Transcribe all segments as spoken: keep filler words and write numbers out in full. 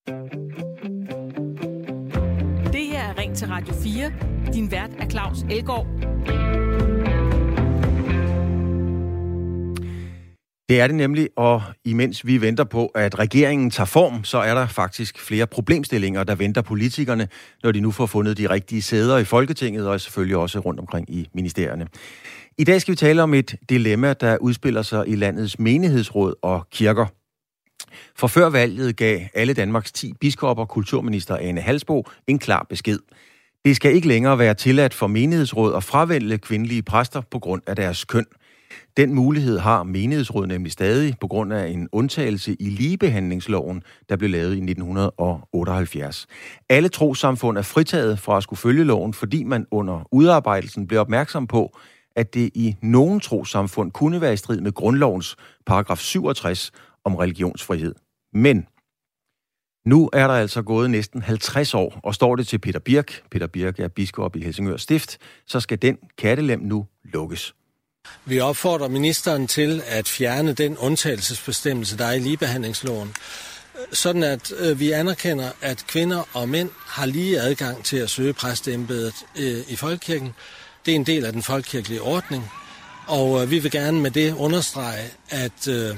Det her er Ring til Radio fire. Din vært er Claus Elgaard. Det er det nemlig, og imens vi venter på, at regeringen tager form, så er der faktisk flere problemstillinger, der venter politikerne, når de nu får fundet de rigtige sæder i Folketinget, og selvfølgelig også rundt omkring i ministerierne. I dag skal vi tale om et dilemma, der udspiller sig i landets menighedsråd og kirker. For før valget gav alle Danmarks ti biskopper kulturminister Ane Halsboe en klar besked. Det skal ikke længere være tilladt for menighedsråd at fravælge kvindelige præster på grund af deres køn. Den mulighed har menighedsråd nemlig stadig på grund af en undtagelse i ligebehandlingsloven, der blev lavet i nitten otteoghalvfjerds. Alle trossamfund er fritaget fra at skulle følge loven, fordi man under udarbejdelsen blev opmærksom på, at det i nogle trossamfund kunne være i strid med grundlovens paragraf syvogtres om religionsfrihed. Men nu er der altså gået næsten halvtreds år, og står det til Peter Birch, Peter Birch er biskop i Helsingør Stift, så skal den kattelem nu lukkes. Vi opfordrer ministeren til at fjerne den undtagelsesbestemmelse, der er i ligebehandlingsloven, sådan at øh, vi anerkender, at kvinder og mænd har lige adgang til at søge præsteembedet øh, i folkekirken. Det er en del af den folkekirkelige ordning, og øh, vi vil gerne med det understrege, at øh,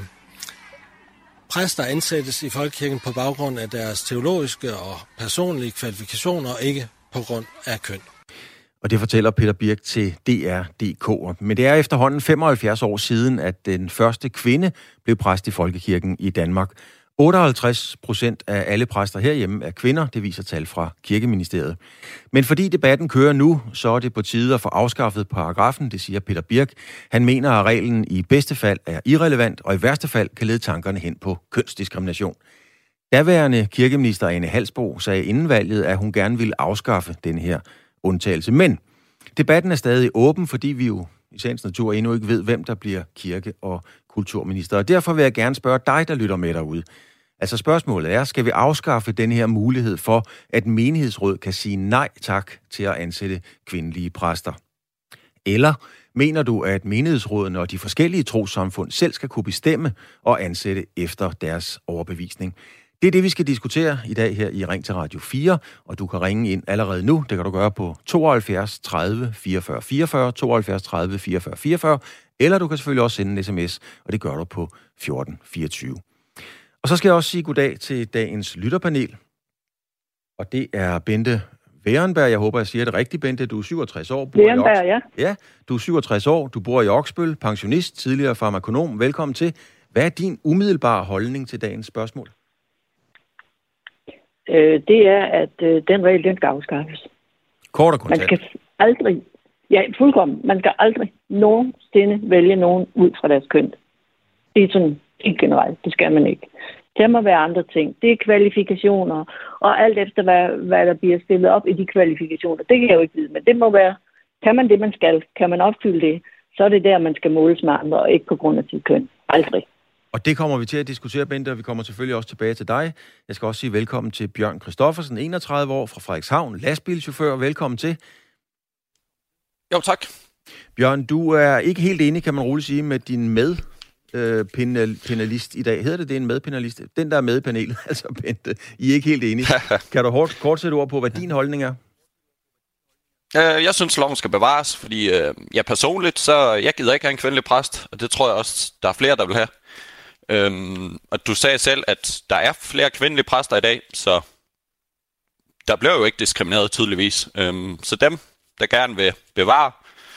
præster ansættes i folkekirken på baggrund af deres teologiske og personlige kvalifikationer, og ikke på grund af køn. Og det fortæller Peter Birch til D R punktum d k. Men det er efterhånden femoghalvfjerds år siden, at den første kvinde blev præst i folkekirken i Danmark. otteoghalvtreds procent af alle præster herhjemme er kvinder, det viser tal fra Kirkeministeriet. Men fordi debatten kører nu, så er det på tide at få afskaffet paragrafen, det siger Peter Birch. Han mener, at reglen i bedste fald er irrelevant, og i værste fald kan lede tankerne hen på kønsdiskrimination. Daværende kirkeminister Ane Halsboe sagde inden valget, at hun gerne ville afskaffe den her undtagelse. Men debatten er stadig åben, fordi vi jo i sagens natur endnu ikke ved, hvem der bliver kirke- og kulturminister. Og derfor vil jeg gerne spørge dig, der lytter med derude. Altså spørgsmålet er, skal vi afskaffe den her mulighed for, at menighedsråd kan sige nej tak til at ansætte kvindelige præster? Eller mener du, at menighedsrådene og de forskellige trossamfund selv skal kunne bestemme og ansætte efter deres overbevisning? Det er det, vi skal diskutere i dag her i Ring til Radio fire, og du kan ringe ind allerede nu. Det kan du gøre på tooghalvfjerds tredive fireogfyrre fireogfyrre, tooghalvfjerds tredive fireogfyrre fireogfyrre, eller du kan selvfølgelig også sende en sms, og det gør du på fjorten fireogtyve. Og så skal jeg også sige goddag til dagens lytterpanel, og det er Bente Werenberg. Jeg håber, jeg siger det rigtigt, Bente. Du er syvogtres år. Werenberg, ja. Ja, du er syvogtres år, du bor i Oksbøl, pensionist, tidligere farmakonom. Velkommen til. Hvad er din umiddelbare holdning til dagens spørgsmål? Øh, det er, at øh, den regel, den skal afskaffes. Kort og kontant. Man skal aldrig, ja, fuldkommen, man skal aldrig nogensinde vælge nogen ud fra deres køn. Det er sådan ikke generelt, det skal man ikke. Der må være andre ting. Det er kvalifikationer, og alt efter, hvad, hvad der bliver stillet op i de kvalifikationer. Det kan jeg jo ikke vide, men det må være, kan man det, man skal, kan man opfylde det, så er det der, man skal måles med andre, og ikke på grund af sit køn. Aldrig. Og det kommer vi til at diskutere, Bente, og vi kommer selvfølgelig også tilbage til dig. Jeg skal også sige velkommen til Bjørn Christoffersen, enogtredive år, fra Frederikshavn, lastbilchauffør. Velkommen til. Jo, tak. Bjørn, du er ikke helt enig, kan man roligt sige, med din medpanelist i dag. Hedder det, det er en medpanelist? Den, der er med i panelet, altså Bente. I er ikke helt enige. Kan du hårdt, kort sætte ord på, hvad din holdning er? Jeg synes, loven skal bevares, fordi jeg personligt, så jeg gider ikke have en kvindelig præst, og det tror jeg også, der er flere, der vil have. Øhm, og du sagde selv, at der er flere kvindelige præster i dag, så der bliver jo ikke diskrimineret tydeligvis. Øhm, så dem, der gerne vil bevare,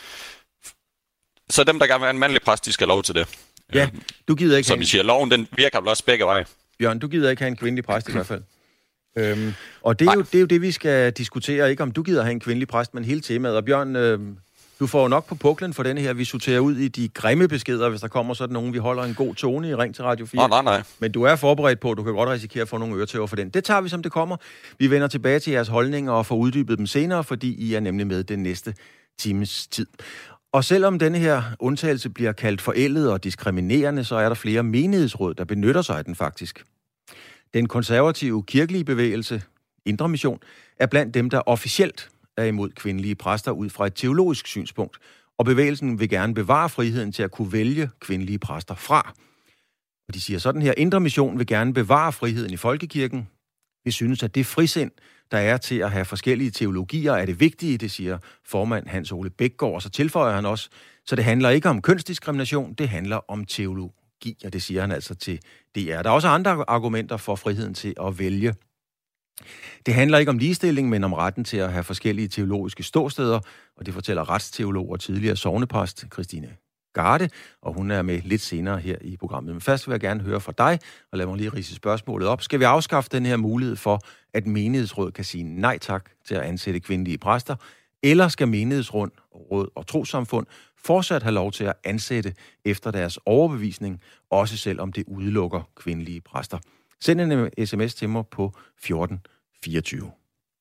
så dem, der gerne vil have en mandlig præst, de skal have lov til det. Ja, du gider ikke. Som I siger, loven den virker vel også begge veje. Bjørn, du gider ikke have en kvindelig præst i hvert fald. Øhm, og det er, jo, det er jo det, vi skal diskutere, ikke om du gider have en kvindelig præst, men hele temaet. Og Bjørn, øh, du får jo nok på puklen for denne her. Vi sorterer ud i de grimme beskeder, hvis der kommer sådan nogen. Vi holder en god tone i Ring til Radio fire. Oh, nej, nej. Men du er forberedt på, at du kan godt risikere at få nogle øretæver for den. Det tager vi, som det kommer. Vi vender tilbage til jeres holdninger og får uddybet dem senere, fordi I er nemlig med den næste times tid. Og selvom denne her undtagelse bliver kaldt forældet og diskriminerende, så er der flere menighedsråd, der benytter sig af den faktisk. Den konservative kirkelige bevægelse, Indre Mission, er blandt dem, der officielt er imod kvindelige præster ud fra et teologisk synspunkt, og bevægelsen vil gerne bevare friheden til at kunne vælge kvindelige præster fra. Og de siger sådan her, Indre Mission vil gerne bevare friheden i folkekirken, Vi synes, at det frisind, der er til at have forskellige teologier, er det vigtige, det siger formand Hans Ole Bækgaard, og så tilføjer han også, så det handler ikke om kønsdiskrimination, det handler om teologi, og det siger han altså til D R. Der er også andre argumenter for friheden til at vælge. Det handler ikke om ligestilling, men om retten til at have forskellige teologiske ståsteder, og det fortæller retsteolog og tidligere sognepræst Christine Garde, og hun er med lidt senere her i programmet. Men først vil jeg gerne høre fra dig, og lad mig lige ridse spørgsmålet op. Skal vi afskaffe den her mulighed for, at menighedsråd kan sige nej tak til at ansætte kvindelige præster, eller skal menighedsråd råd og trossamfund fortsat have lov til at ansætte efter deres overbevisning, også selvom det udelukker kvindelige præster? Send en sms til mig på fjorten fireogtyve.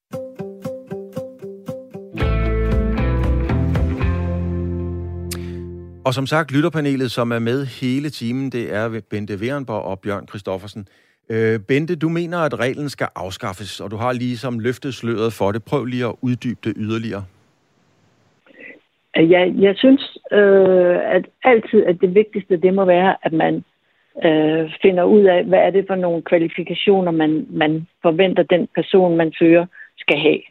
Og som sagt, lytterpanelet, som er med hele timen, det er Bente Werenborg og Bjørn Christoffersen. Øh, Bente, du mener, at reglen skal afskaffes, og du har ligesom løftet sløret for det. Prøv lige at uddybe det yderligere. Jeg, jeg synes øh, at altid, at det vigtigste, det må være, at man øh, finder ud af, hvad er det for nogle kvalifikationer, man, man forventer, den person, man fører, skal have.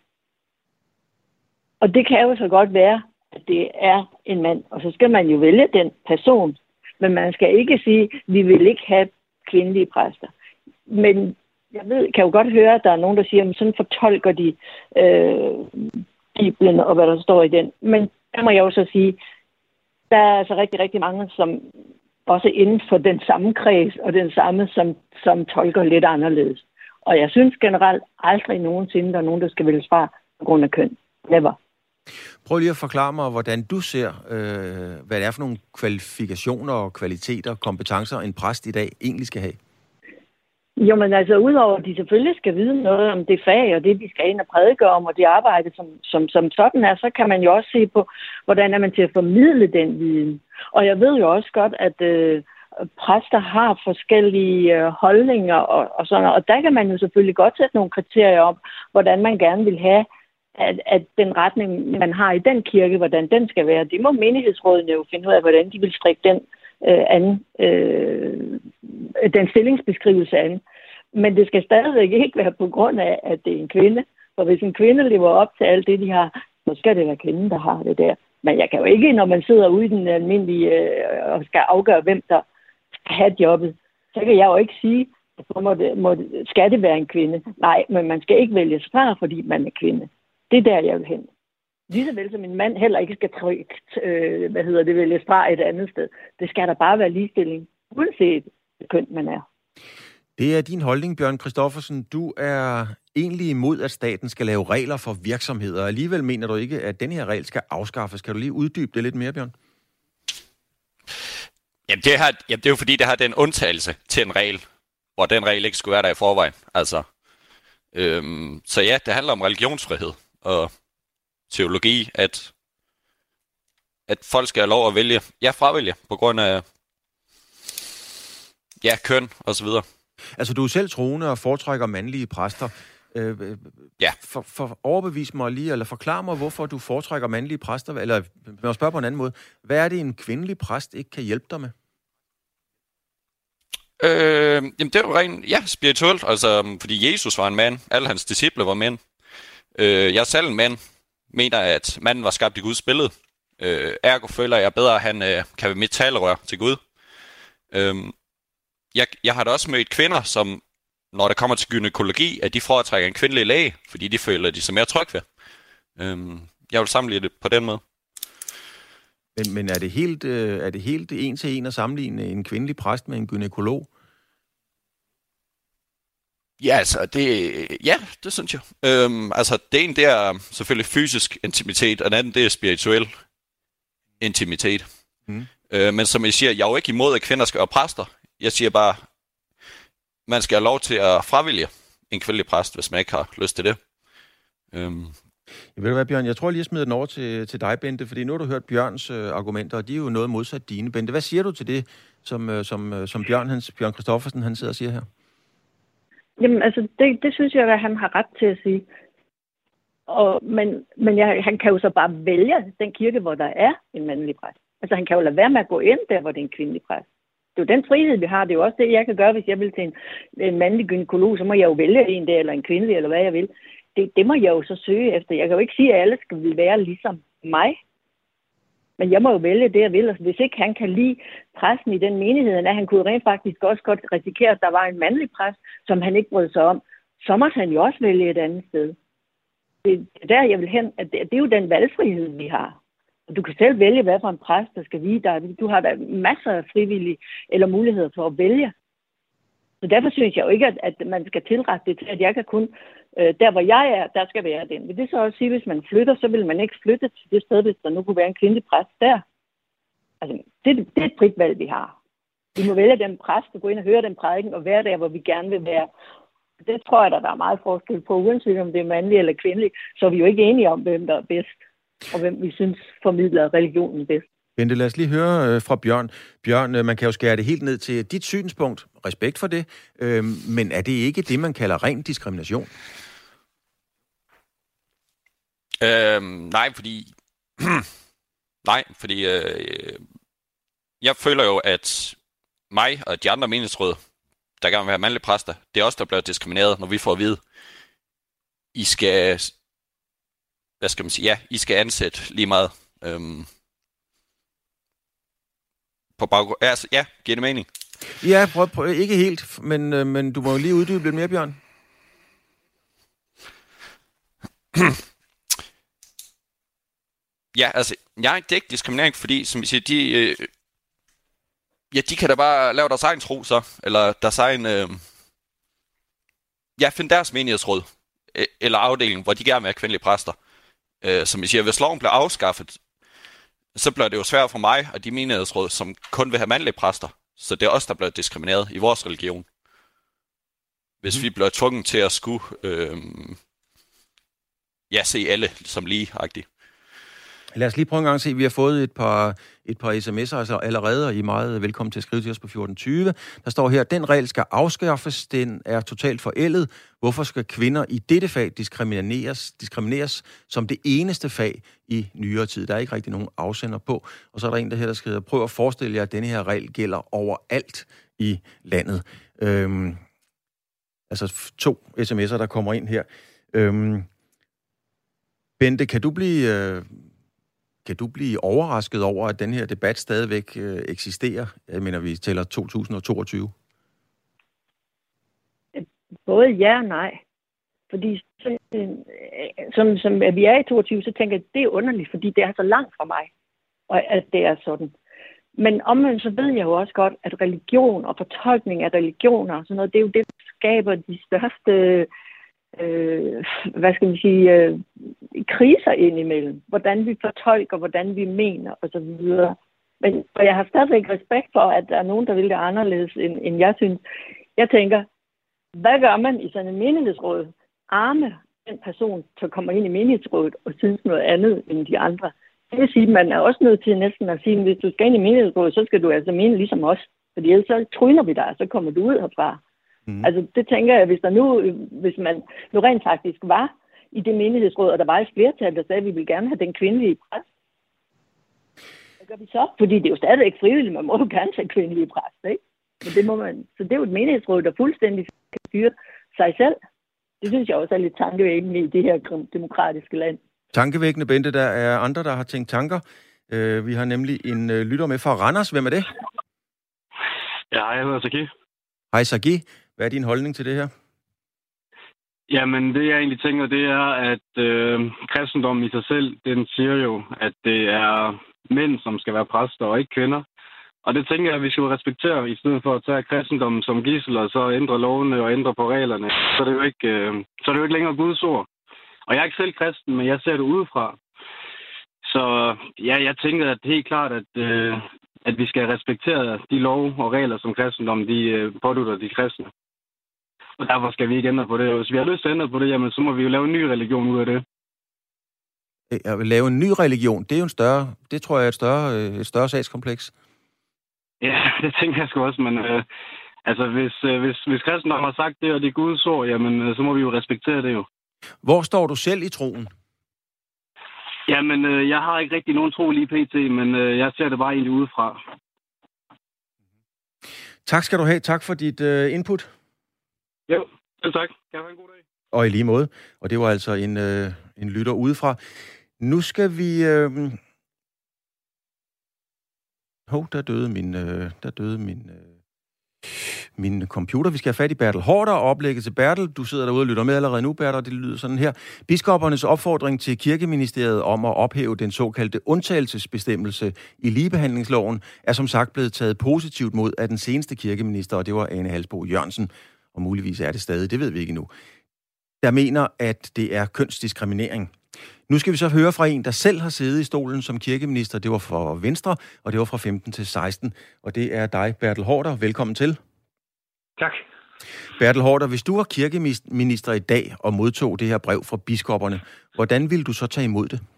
Og det kan jo så godt være, at det er en mand, og så skal man jo vælge den person. Men man skal ikke sige, at vi vil ikke have kvindelige præster. Men jeg ved, kan jo godt høre, at der er nogen, der siger, at sådan fortolker de øh, Bibelen og hvad der står i den. Men der må jeg jo så sige, der er altså rigtig, rigtig mange, som også inden for den samme kreds og den samme, som, som tolker lidt anderledes. Og jeg synes generelt aldrig nogensinde, der er nogen, der skal vælges fra på grund af køn. Never. Prøv lige at forklare mig, hvordan du ser, øh, hvad det er for nogle kvalifikationer og kvaliteter, kompetencer, en præst i dag egentlig skal have. Jo, men altså udover, at de selvfølgelig skal vide noget om det fag, og det, de skal ind og prædike om, og det arbejde, som, som, som sådan er, så kan man jo også se på, hvordan er man til at formidle den viden. Og jeg ved jo også godt, at øh, præster har forskellige øh, holdninger og, og sådan noget, og der kan man jo selvfølgelig godt sætte nogle kriterier om, hvordan man gerne vil have, at, at den retning, man har i den kirke, hvordan den skal være. Det må menighedsrådene jo finde ud af, hvordan de vil strikke den øh, anden, øh, den stillingsbeskrivelse an. Men det skal stadigvæk ikke være på grund af, at det er en kvinde. For hvis en kvinde lever op til alt det, de har, så skal det være kvinden, der har det der. Men jeg kan jo ikke, når man sidder ude i den almindelige øh, og skal afgøre, hvem der skal have jobbet, så kan jeg jo ikke sige, at så må det, må det, skal det være en kvinde. Nej, men man skal ikke vælges fra, fordi man er kvinde. Det er der, jeg vil hen. Ligeså vel som en mand heller ikke skal trykke, øh, hvad hedder det, vælges fra et andet sted. Det skal der bare være ligestilling, uanset køn man er. Det er din holdning, Bjørn Christoffersen. Du er egentlig imod, at staten skal lave regler for virksomheder. Alligevel mener du ikke, at den her regel skal afskaffes. Kan du lige uddybe det lidt mere, Bjørn? Jamen det, her, jamen, det er jo fordi, det har den undtagelse til en regel, hvor den regel ikke skulle være der i forvejen. Altså, øhm, så ja, det handler om religionsfrihed og teologi, at, at folk skal have lov at vælge, ja, fravælge, på grund af ja, køn og så videre. Altså, du er selv troende og foretrækker mandlige præster. Øh, ja. For, for overbevis mig lige, eller forklar mig, hvorfor du foretrækker mandlige præster, eller jeg spørge på en anden måde. Hvad er det, en kvindelig præst ikke kan hjælpe dig med? Øh, jamen, det er jo rent, ja, spirituelt, altså, fordi Jesus var en mand, alle hans disciple var mænd. Øh, jeg er selv en mand, mener, at manden var skabt i Guds billede. Øh, ergo føler jeg bedre, at han øh, kan være mit talerør til Gud. Øh, jeg, jeg har da også mødt kvinder, som, når det kommer til gynækologi, at de foretrækker en kvindelig læge, fordi de føler, at de er så mere trygge ved. Øh, jeg vil sammenligne det på den måde. Men, men er det helt øh, er det helt en til en at sammenligne en kvindelig præst med en gynækolog? Ja, altså, det, ja, det synes jeg. Øhm, altså, det ene, det er selvfølgelig fysisk intimitet, og den anden, det er spirituel intimitet. Mm. Øh, men som jeg siger, jeg er jo ikke imod, at kvinder skal være præster. Jeg siger bare, man skal have lov til at fravælge en kvindelig præst, hvis man ikke har lyst til det. Øhm. Jeg ved du hvad, Bjørn, jeg tror lige, jeg smider den over til, til dig, Bente, fordi nu har du hørt Bjørns øh, argumenter, og de er jo noget modsat dine. Bente, hvad siger du til det, som, øh, som, øh, som Bjørn, hans, Bjørn Christoffersen, han sidder og siger her? Jamen, altså, det, det synes jeg, at han har ret til at sige. Og, men men jeg, han kan jo så bare vælge den kirke, hvor der er en mandlig præst. Altså, han kan jo lade være med at gå ind der, hvor det er en kvindelig præst. Det er jo den frihed, vi har. Det er jo også det, jeg kan gøre, hvis jeg vil til en, en mandlig gynekolog, så må jeg jo vælge en der, eller en kvindelig, eller hvad jeg vil. Det, det må jeg jo så søge efter. Jeg kan jo ikke sige, at alle skal være ligesom mig. Men jeg må jo vælge det, jeg vil. Altså, hvis ikke han kan lide præsten i den menighed, at han kunne rent faktisk også godt risikere, at der var en mandlig præst, som han ikke brød sig om, så må han jo også vælge et andet sted. Det er der, jeg vil hen. At det, det er jo den valgfrihed, vi har. Du kan selv vælge, hvad for en præst, der skal vide dig. Du har da masser af frivillige eller muligheder for at vælge. Så derfor synes jeg jo ikke, at, at man skal tilrette det til, at jeg kan kun... Øh, der, hvor jeg er, der skal være den. Vil det så også sige, at hvis man flytter, så vil man ikke flytte til det sted, hvis der nu kunne være en kvindelig præst der? Altså, det, det er et frit valg, vi har. Vi må vælge den præst og gå ind og høre den prædiken og være der, hvor vi gerne vil være. Det tror jeg, der er meget forskel på, uanset om det er mandlig eller kvindelig, så er vi jo ikke enige om, hvem der er bedst, og hvem vi synes formidler religionen bedst. Bente, lad os lige høre øh, fra Bjørn. Bjørn, øh, man kan jo skære det helt ned til dit synspunkt. Respekt for det. Øh, men er det ikke det, man kalder ren diskrimination? Øhm, nej, fordi... nej, fordi... Øh, jeg føler jo, at mig og de andre menighedsråd, der gerne vil have mandlige præster, det er også der bliver diskrimineret, når vi får at vide, I skal... Hvad skal man sige? Ja, I skal ansætte lige meget... Øhm, På baggrund... Altså, ja, giver det mening? Ja, prøv, prøv, ikke helt, men, øh, men du må jo lige uddybe lidt mere, Bjørn. Ja, altså, jeg det er ikke diskriminering, fordi, som vi siger, de, øh, ja, de kan da bare lave deres egen tro, så, eller deres egen, øh, ja, finde deres menighedsråd, øh, eller afdeling, hvor de gerne vil have kvindelige præster. Øh, som vi siger, hvis loven bliver afskaffet, så bliver det jo svært for mig og de menighedsråd, som kun vil have mandlige præster. Så det er os, der bliver diskrimineret i vores religion. Hvis mm. vi bliver tvunget til at skulle øh, ja, se alle som lige-agtige. Lad os lige prøve en gang at se. Vi har fået et par, et par sms'er altså allerede, og I er meget velkommen til at skrive til os på fjorten tyve. Der står her, den regel skal afskaffes, den er totalt forældet. Hvorfor skal kvinder i dette fag diskrimineres, diskrimineres som det eneste fag i nyere tid? Der er ikke rigtig nogen afsender på. Og så er der en, der her, der skriver, prøv at forestille jer, at denne her regel gælder overalt i landet. Øhm, altså to sms'er, der kommer ind her. Øhm, Bente, kan du blive... Øh, Kan du blive overrasket over, at den her debat stadigvæk øh, eksisterer? Jeg mener, vi tæller to tusind og toogtyve. Både ja og nej. Fordi som, som at vi er i toogtyve, så tænker jeg, at det er underligt, fordi det er så langt fra mig, og at det er sådan. Men omvendt så ved jeg jo også godt, at religion og fortolkning af religioner og sådan noget, det er jo det, der skaber de største... Øh, hvad skal man sige, øh, kriser indimellem. Hvordan vi fortolker, hvordan vi mener, og så videre. Men og jeg har stadigvæk respekt for, at der er nogen, der vil det anderledes, end, end jeg synes. Jeg tænker, hvad gør man i sådan en menighedsråd? Arme den person, der kommer ind i menighedsrådet og synes noget andet end de andre. Det vil sige, at man er også nødt til næsten at sige, at hvis du skal ind i menighedsrådet, så skal du altså mene ligesom os. Fordi ellers så tryner vi dig, og så kommer du ud herfra. Mm. Altså det tænker jeg, hvis der nu, hvis man nu rent faktisk var i det menighedsråd, og der var et flertal, der sagde, at vi vil gerne have den kvindelige præst. Hvad gør vi så? Fordi det er jo stadigvæk frivilligt, man må jo gerne have kvindelige præst, ikke? Men det må man. Så det er jo et menighedsråd, der fuldstændig kan styre sig selv. Det synes jeg også er lidt tankevækkende i det her demokratiske land. Tankevækkende, Bente. Der er andre, der har tænkt tanker. Uh, vi har nemlig en uh, lytter med fra Randers. Hvem er det? Ja, jeg hedder Sagi. Hej Sagi. Hvad er din holdning til det her? Jamen, det jeg egentlig tænker, det er, at øh, kristendommen i sig selv, den siger jo, at det er mænd, som skal være præster, og ikke kvinder. Og det tænker jeg, at vi skal respektere, i stedet for at tage kristendommen som gidsel, og så ændre lovene og ændre på reglerne. Så er det jo ikke, øh, så er det jo ikke længere Guds ord. Og jeg er ikke selv kristen, men jeg ser det udefra. Så ja, jeg tænker at helt klart, at, øh, at vi skal respektere de love og regler, som kristendommen de, øh, pådutter de kristne. Og derfor skal vi ikke ændre på det. Og hvis vi har lyst til at ændre på det, jamen, så må vi jo lave en ny religion ud af det. At lave en ny religion, det er jo en større, det tror jeg er et større, et større sagskompleks. Ja, det tænker jeg sgu også, men øh, altså, hvis, øh, hvis, hvis kristendommen har sagt det, og det er Guds ord, jamen, øh, så må vi jo respektere det jo. Hvor står du selv i troen? Jamen, øh, jeg har ikke rigtig nogen tro lige pt, men øh, jeg ser det bare egentlig udefra. Tak skal du have. Tak for dit uh, input. Jo, selv tak. Kan jeg have en god dag. Og i lige måde. Og det var altså en, uh, en lytter udefra. Nu skal vi... Uh... Hov, der døde min... Uh, der døde min... Uh... min computer. Vi skal have fat i Bertel Haarder og oplægget til Bertel. Du sidder derude og lytter med allerede nu, Bertel, det lyder sådan her. Biskoppernes opfordring til Kirkeministeriet om at ophæve den såkaldte undtagelsesbestemmelse i ligebehandlingsloven er som sagt blevet taget positivt mod af den seneste kirkeminister, og det var Ane Halsboe Jørgensen, og muligvis er det stadig, det ved vi ikke endnu, der mener, at det er kønsdiskriminering. Nu skal vi så høre fra en, der selv har siddet i stolen som kirkeminister. Det var fra Venstre, og det var fra femten til seksten. Og det er dig, Bertel Haarder. Velkommen til. Tak. Bertel Haarder, hvis du var kirkeminister i dag og modtog det her brev fra biskopperne, hvordan ville du så tage imod det?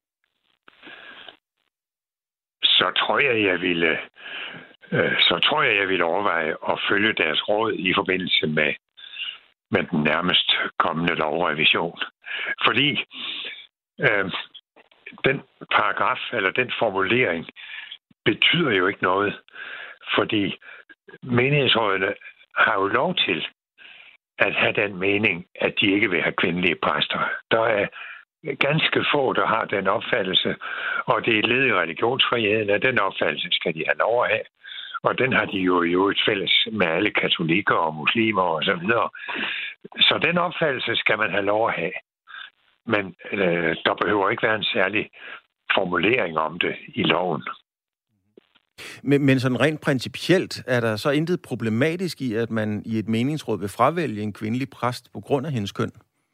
Så tror jeg, jeg ville, øh, så tror jeg, jeg ville overveje at følge deres råd i forbindelse med, med den nærmest kommende lovrevision. Fordi øh, den paragraf, eller den formulering, betyder jo ikke noget. Fordi menighedsrådene har jo lov til at have den mening, at de ikke vil have kvindelige præster. Der er ganske få, der har den opfattelse, og det er et led i religionsfriheden, at den opfattelse skal de have lov at have. Og den har de jo i øvrigt fælles med alle katolikker og muslimer og så videre. Så den opfattelse skal man have lov at have. Men øh, der behøver ikke være en særlig formulering om det i loven. Men, men sådan rent principielt, er der så intet problematisk i, at man i et meningsråd vil fravælge en kvindelig præst på grund af hendes køn?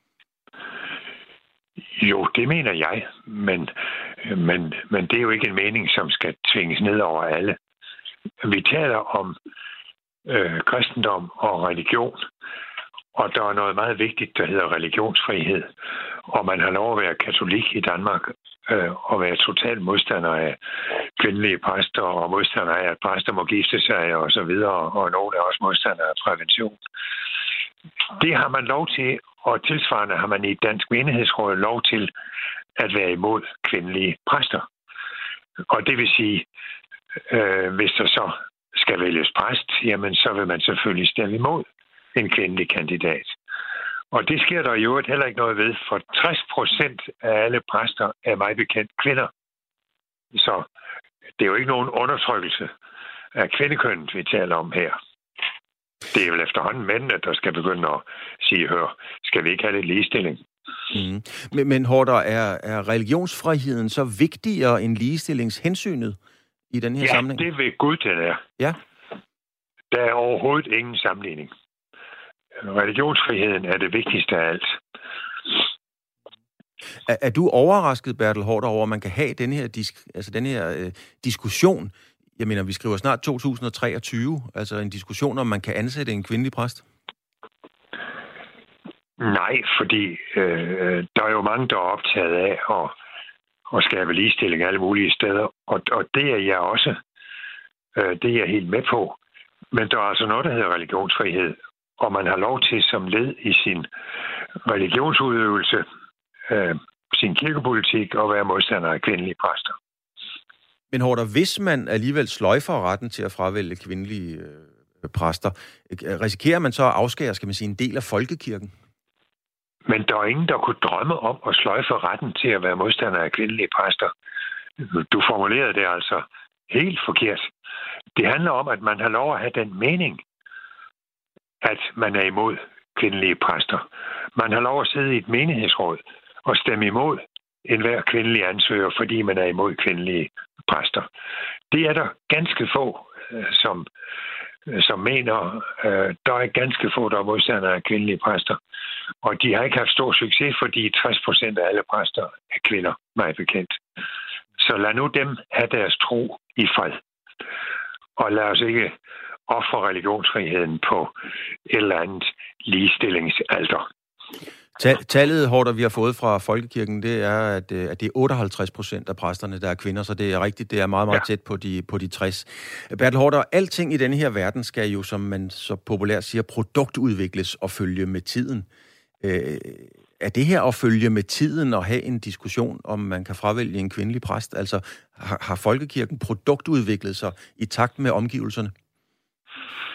Jo, det mener jeg, men, men, men det er jo ikke en mening, som skal tvinges ned over alle. Vi taler om øh, kristendom og religion, og der er noget meget vigtigt, der hedder religionsfrihed. Og man har lov at være katolik i Danmark øh, og være total modstander af kvindelige præster og modstander af, at præster må gifte sig og så videre, og nogle er også modstandere af prævention. Det har man lov til, og tilsvarende har man i et dansk menighedsråd lov til at være imod kvindelige præster. Og det vil sige, øh, hvis der så skal vælges præst, jamen så vil man selvfølgelig stemme imod en kvindelig kandidat. Og det sker der i øvrigt heller ikke noget ved, for tres procent af alle præster er meget bekendt kvinder. Så det er jo ikke nogen undertrykkelse af kvindekønnet, vi taler om her. Det er vel efterhånden mændene, der skal begynde at sige, hør, skal vi ikke have lidt ligestilling? Mm. Men, men Haarder, er, er religionsfriheden så vigtigere end ligestillingshensynet i den her ja, sammenhæng? Ja, det ved Gud, det er. Ja. Der er overhovedet ingen sammenligning. Religionsfriheden er det vigtigste af alt. Er, er du overrasket, Bertel Haarder, over, at man kan have den her, disk, altså den her øh, diskussion? Jeg mener, vi skriver snart to tusind treogtyve, altså en diskussion, om man kan ansætte en kvindelig præst? Nej, fordi øh, der er jo mange, der er optaget af at, at skabe ligestilling alle mulige steder, og, og det er jeg også. Øh, det er jeg helt med på. Men der er altså noget, der hedder religionsfrihed, og man har lov til som led i sin religionsudøvelse, øh, sin kirkepolitik, at være modstander af kvindelige præster. Men Haarder, hvis man alligevel sløjfer retten til at fravælge kvindelige øh, præster, risikerer man så at afskære, skal man sige, en del af folkekirken? Men der er ingen, der kunne drømme om at sløjfe retten til at være modstander af kvindelige præster. Du formulerede det altså helt forkert. Det handler om, at man har lov at have den mening, at man er imod kvindelige præster. Man har lov at sidde i et menighedsråd og stemme imod enhver kvindelig ansøger, fordi man er imod kvindelige præster. Det er der ganske få, som, som mener, der er ganske få, der er modstandere af kvindelige præster. Og de har ikke haft stor succes, fordi tres procent af alle præster er kvinder, meget bekendt. Så lad nu dem have deres tro i fred. Og lad os ikke ofre religionsfriheden på et eller andet ligestillingsalter. Tallet, Haarder, vi har fået fra Folkekirken, det er, at, at det er otteoghalvtreds procent af præsterne, der er kvinder, så det er rigtigt, det er meget, meget tæt på de, på de tres. Bertel Haarder, alting i denne her verden skal jo, som man så populært siger, produktudvikles og følge med tiden. Øh, er det her at følge med tiden og have en diskussion, om man kan fravælge en kvindelig præst? Altså, har, har Folkekirken produktudviklet sig i takt med omgivelserne?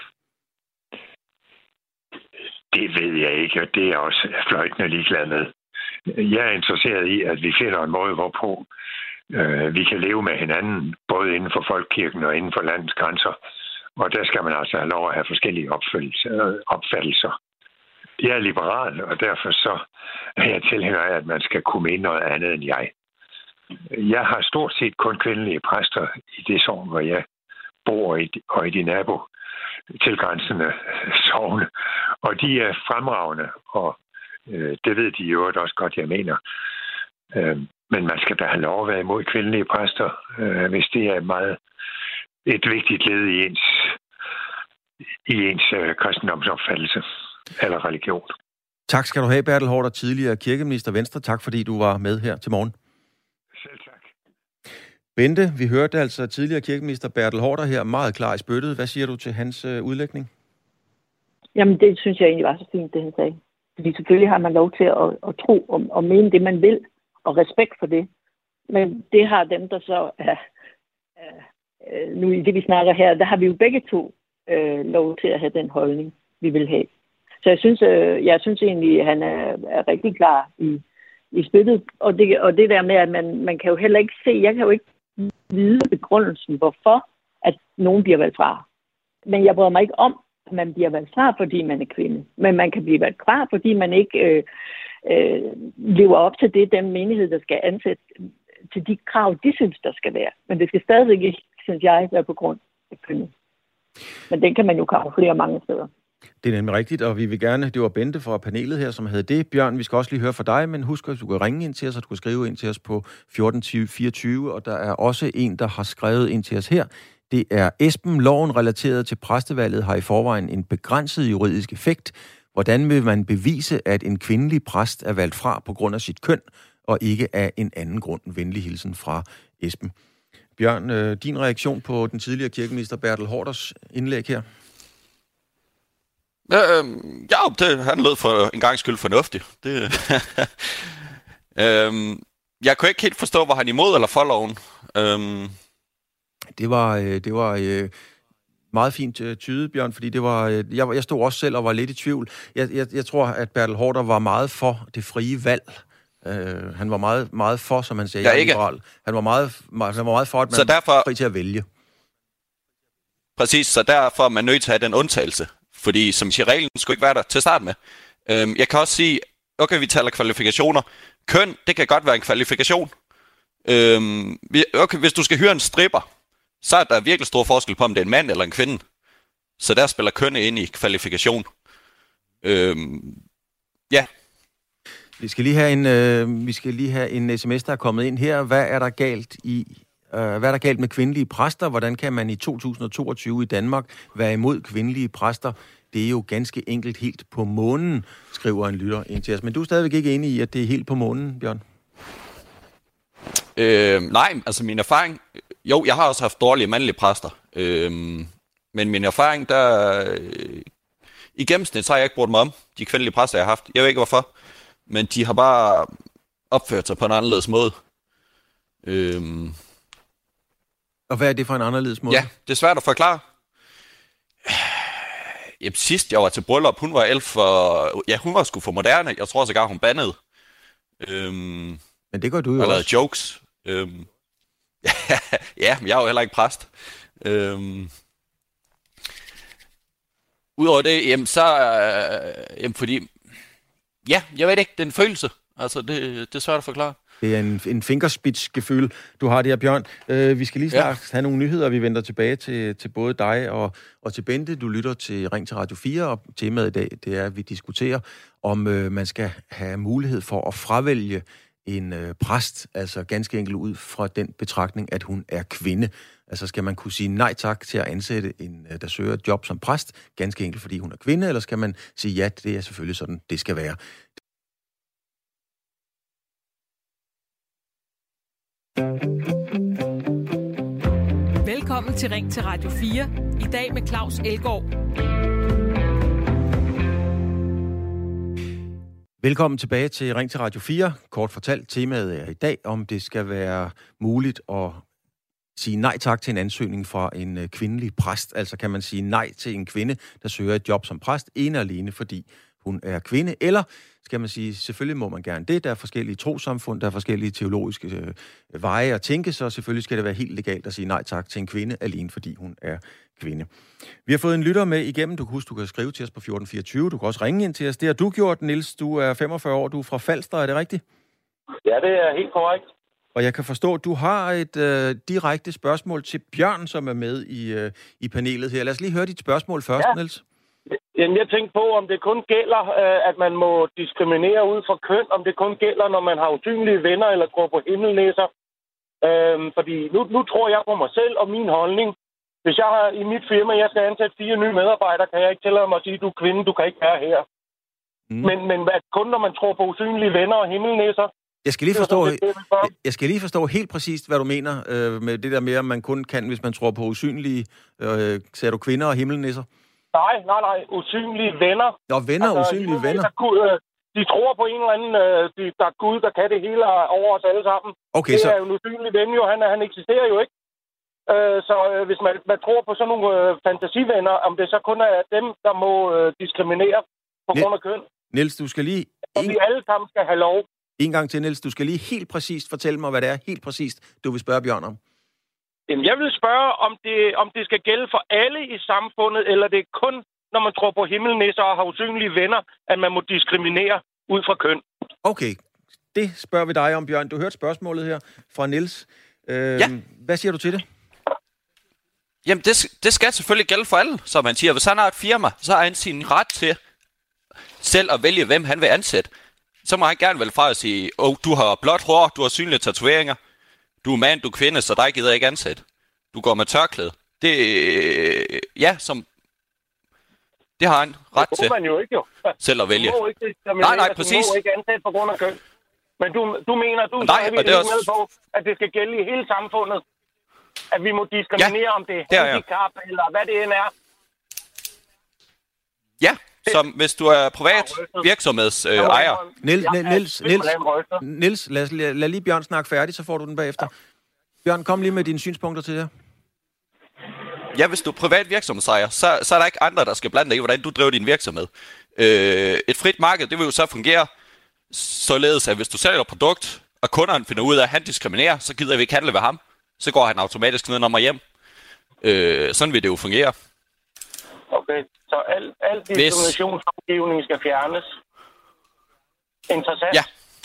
Det ved jeg ikke, og det er jeg også fløjtende ligeglad med. Jeg er interesseret i, at vi finder en måde, hvorpå øh, vi kan leve med hinanden, både inden for folkekirken og inden for landets grænser. Og der skal man altså have lov at have forskellige opfattelser. Jeg er liberal, og derfor så er jeg tilhænger af, at man skal kunne mene noget andet end jeg. Jeg har stort set kun kvindelige præster i det sogn, hvor jeg bor, og i de nabo tilgrænsende sogne. Og de er fremragende, og øh, det ved de jo også godt, jeg mener. Øh, men man skal da have lov at være imod kvindelige præster, øh, hvis det er meget et vigtigt led i ens, i ens øh, kristendomsopfattelse eller religion. Tak skal du have, Bertel Haarder, tidligere kirkeminister Venstre. Tak fordi du var med her til morgen. Selv tak. Bente, vi hørte altså tidligere kirkeminister Bertel Haarder her meget klar i spyttet. Hvad siger du til hans øh, udlægning? Jamen, det synes jeg egentlig var så fint, det han sagde. Fordi selvfølgelig har man lov til at, at tro og, og mene det, man vil, og respekt for det. Men det har dem, der så er, er nu i det, vi snakker her, der har vi jo begge to øh, lov til at have den holdning, vi vil have. Så jeg synes, øh, jeg synes egentlig, at han er, er rigtig klar i, i spyttet. Og det, og det der med, at man, man kan jo heller ikke se, jeg kan jo ikke vide begrundelsen, hvorfor at nogen bliver valgt fra. Men jeg bryder mig ikke om, at man bliver valgt fra, fordi man er kvinde. Men man kan blive valgt fra, fordi man ikke øh, øh, lever op til det, den menighed, der skal ansætte til de krav, de synes, der skal være. Men det skal stadigvæk ikke, synes jeg, være på grund af kønnet. Men den kan man jo kamuflere mange steder. Det er nemlig rigtigt, og vi vil gerne, det var Bente fra panelet her, som havde det. Bjørn, vi skal også lige høre fra dig, men husk, at du kan ringe ind til os, og du kan skrive ind til os på fjorten fireogtyve, og der er også en, der har skrevet ind til os her. Det er Esben. Loven relateret til præstevalget har i forvejen en begrænset juridisk effekt. Hvordan vil man bevise, at en kvindelig præst er valgt fra på grund af sit køn, og ikke af en anden grund? En venlig hilsen fra Esben. Bjørn, øh, din reaktion på den tidligere kirkeminister Bertel Haarders indlæg her? Øh, ja, det, han lød for en gang skyld fornuftigt. Det, øh, jeg kunne ikke helt forstå, var han imod eller for loven? Øh. Det var, det var øh, meget fint øh, tydet, Bjørn, fordi det var, øh, jeg, jeg stod også selv og var lidt i tvivl. Jeg, jeg, jeg tror, at Bertel Haarder var meget for det frie valg. Øh, han var meget, meget for, som han siger, jeg er liberal. Han var meget, meget, han var meget for, at man så derfor, var fri til at vælge. Præcis, så derfor er man nødt til at have den undtagelse. Fordi som siger, reglen skulle ikke være der til at starte med. Øhm, jeg kan også sige, okay, vi taler kvalifikationer. Køn, det kan godt være en kvalifikation. Øhm, okay, hvis du skal hyre en stripper, så er der virkelig stor forskel på, om det er en mand eller en kvinde. Så der spiller køn ind i kvalifikation. Øhm, ja. Vi skal lige have en, øh, vi skal lige have en sms, der er kommet ind her. Hvad er der galt i øh, hvad er der galt med kvindelige præster? Hvordan kan man i to tusind og toogtyve i Danmark være imod kvindelige præster? Det er jo ganske enkelt helt på månen, skriver en lytter ind til os. Men du er stadigvæk ikke enig i, at det er helt på månen, Bjørn? Øh, nej, altså min erfaring... Jo, jeg har også haft dårlige mandlige præster. Øh, men min erfaring, der... Øh, I gennemsnit, så har jeg ikke brugt mig om de kvindelige præster, jeg har haft. Jeg ved ikke, hvorfor. Men de har bare opført sig på en anderledes måde. Øh, Og hvad er det for en anderledes måde? Ja, det er svært at forklare. Jamen, sidst jeg var til bryllup, hun var elf for... Ja, hun var sgu for moderne. Jeg tror sågar, hun bandede. Øhm, men det gør du jo og også. Jokes. Øhm, ja, men jeg er jo heller ikke præst. Øhm, Udover det, jamen så... Øh, jamen fordi... Ja, jeg ved ikke, det er en følelse. Altså, det, det er svært at forklare. Det er en, en fingerspidsgefühl, du har det her, Bjørn. Uh, vi skal lige snart ja. have nogle nyheder, vi vender tilbage til, til både dig og, og til Bente. Du lytter til Ring til Radio fire, og temaet i dag, det er, at vi diskuterer, om uh, man skal have mulighed for at fravælge en uh, præst, altså ganske enkelt ud fra den betragtning, at hun er kvinde. Altså skal man kunne sige nej tak til at ansætte en, uh, der søger et job som præst, ganske enkelt fordi hun er kvinde, eller skal man sige ja, det er selvfølgelig sådan, det skal være. Velkommen til Ring til Radio fire. I dag med Claus Elgaard. Velkommen tilbage til Ring til Radio fire. Kort fortalt, temaet er i dag, om det skal være muligt at sige nej tak til en ansøgning fra en kvindelig præst. Altså kan man sige nej til en kvinde, der søger et job som præst, ene og alene fordi hun er kvinde? Eller skal man sige, selvfølgelig må man gerne det. Der er forskellige trossamfund, der er forskellige teologiske øh, veje at tænke, så selvfølgelig skal det være helt legalt at sige nej tak til en kvinde, alene fordi hun er kvinde. Vi har fået en lytter med igennem. Du kan huske, du kan skrive til os på fjorten fireogtyve. Du kan også ringe ind til os. Det har du gjort, Niels. Du er femogfyrre år. Du er fra Falster, er det rigtigt? Ja, det er helt korrekt. Og jeg kan forstå, at du har et øh, direkte spørgsmål til Bjørn, som er med i, øh, i panelet her. Lad os lige høre dit spørgsmål først, ja. Niels. Jamen, jeg tænkte på, om det kun gælder, øh, at man må diskriminere ud fra køn, om det kun gælder, når man har usynlige venner eller går på himmelnæsser. Øhm, fordi nu, nu tror jeg på mig selv og min holdning. Hvis jeg har i mit firma, jeg skal ansætte fire nye medarbejdere, kan jeg ikke tillade mig at sige, du er kvinde, du kan ikke være her. Mm. Men, men kun når man tror på usynlige venner og himmelnæsser. Jeg skal lige forstå, jeg skal lige forstå helt præcist, hvad du mener øh, med det der med, at man kun kan, hvis man tror på usynlige, øh, ser du kvinder og himmelnisser? Nej, nej, nej. Usynlige venner. Nå, venner, altså, usynlige venner. Gud, øh, de tror på en eller anden, øh, de, der er Gud, der kan det hele over os alle sammen. Okay, det så... er jo en usynlig ven, jo. Han, han eksisterer jo ikke. Øh, så øh, hvis man, man tror på sådan nogle øh, fantasivenner, om det så kun er dem, der må øh, diskriminere på Niels, grund af køn. Niels, du skal lige... Og vi alle sammen skal have lov. En gang til, Niels. Du skal lige helt præcist fortælle mig, hvad det er helt præcist, du vil spørge Bjørn om. Jamen, jeg vil spørge, om det, om det skal gælde for alle i samfundet, eller det er kun, når man tror på himmelnisser og har usynlige venner, at man må diskriminere ud fra køn. Okay, det spørger vi dig om, Bjørn. Du hørte spørgsmålet her fra Niels. Øh, ja. Hvad siger du til det? Jamen, det, det skal selvfølgelig gælde for alle, som man siger. Hvis han har et firma, så har han sin ret til selv at vælge, hvem han vil ansætte. Så må han gerne vælge fra at sige, åh, oh, du har blåt hår, du har synlige tatoveringer, du er mand, du er kvinde, så dig gider jeg ikke ansætte. Du går med tørklæde. Det, øh, ja, som, det har han ret til. Det må man jo ikke, jo. Selv at vælge. Du må ikke, nej, nej, præcis. Du må ikke ansætte på grund af køn. Men du, du mener, du nej, er det er også... med på, at det skal gælde i hele samfundet. At vi må diskriminere, ja, om det er handicap, ja. Eller hvad det end er. Ja, som hvis du er privat virksomhedsejer. Øh, Niels, Niels, Niels, Niels lad, lad, lad lige Bjørn snakke færdig, så får du den bagefter. Bjørn, kom lige med dine synspunkter til det. Ja, hvis du er privat virksomhedsejer, så, så er der ikke andre, der skal blande dig i, hvordan du driver din virksomhed. Øh, et frit marked, det vil jo så fungere således, at hvis du sælger et produkt, og kunderne finder ud af, at han diskriminerer, så gider vi ikke handle ved ham. Så går han automatisk ned og hjem. Øh, sådan vil det jo fungere. Okay, så al, al diskriminationslovgivning skal fjernes. Interessant. Ja.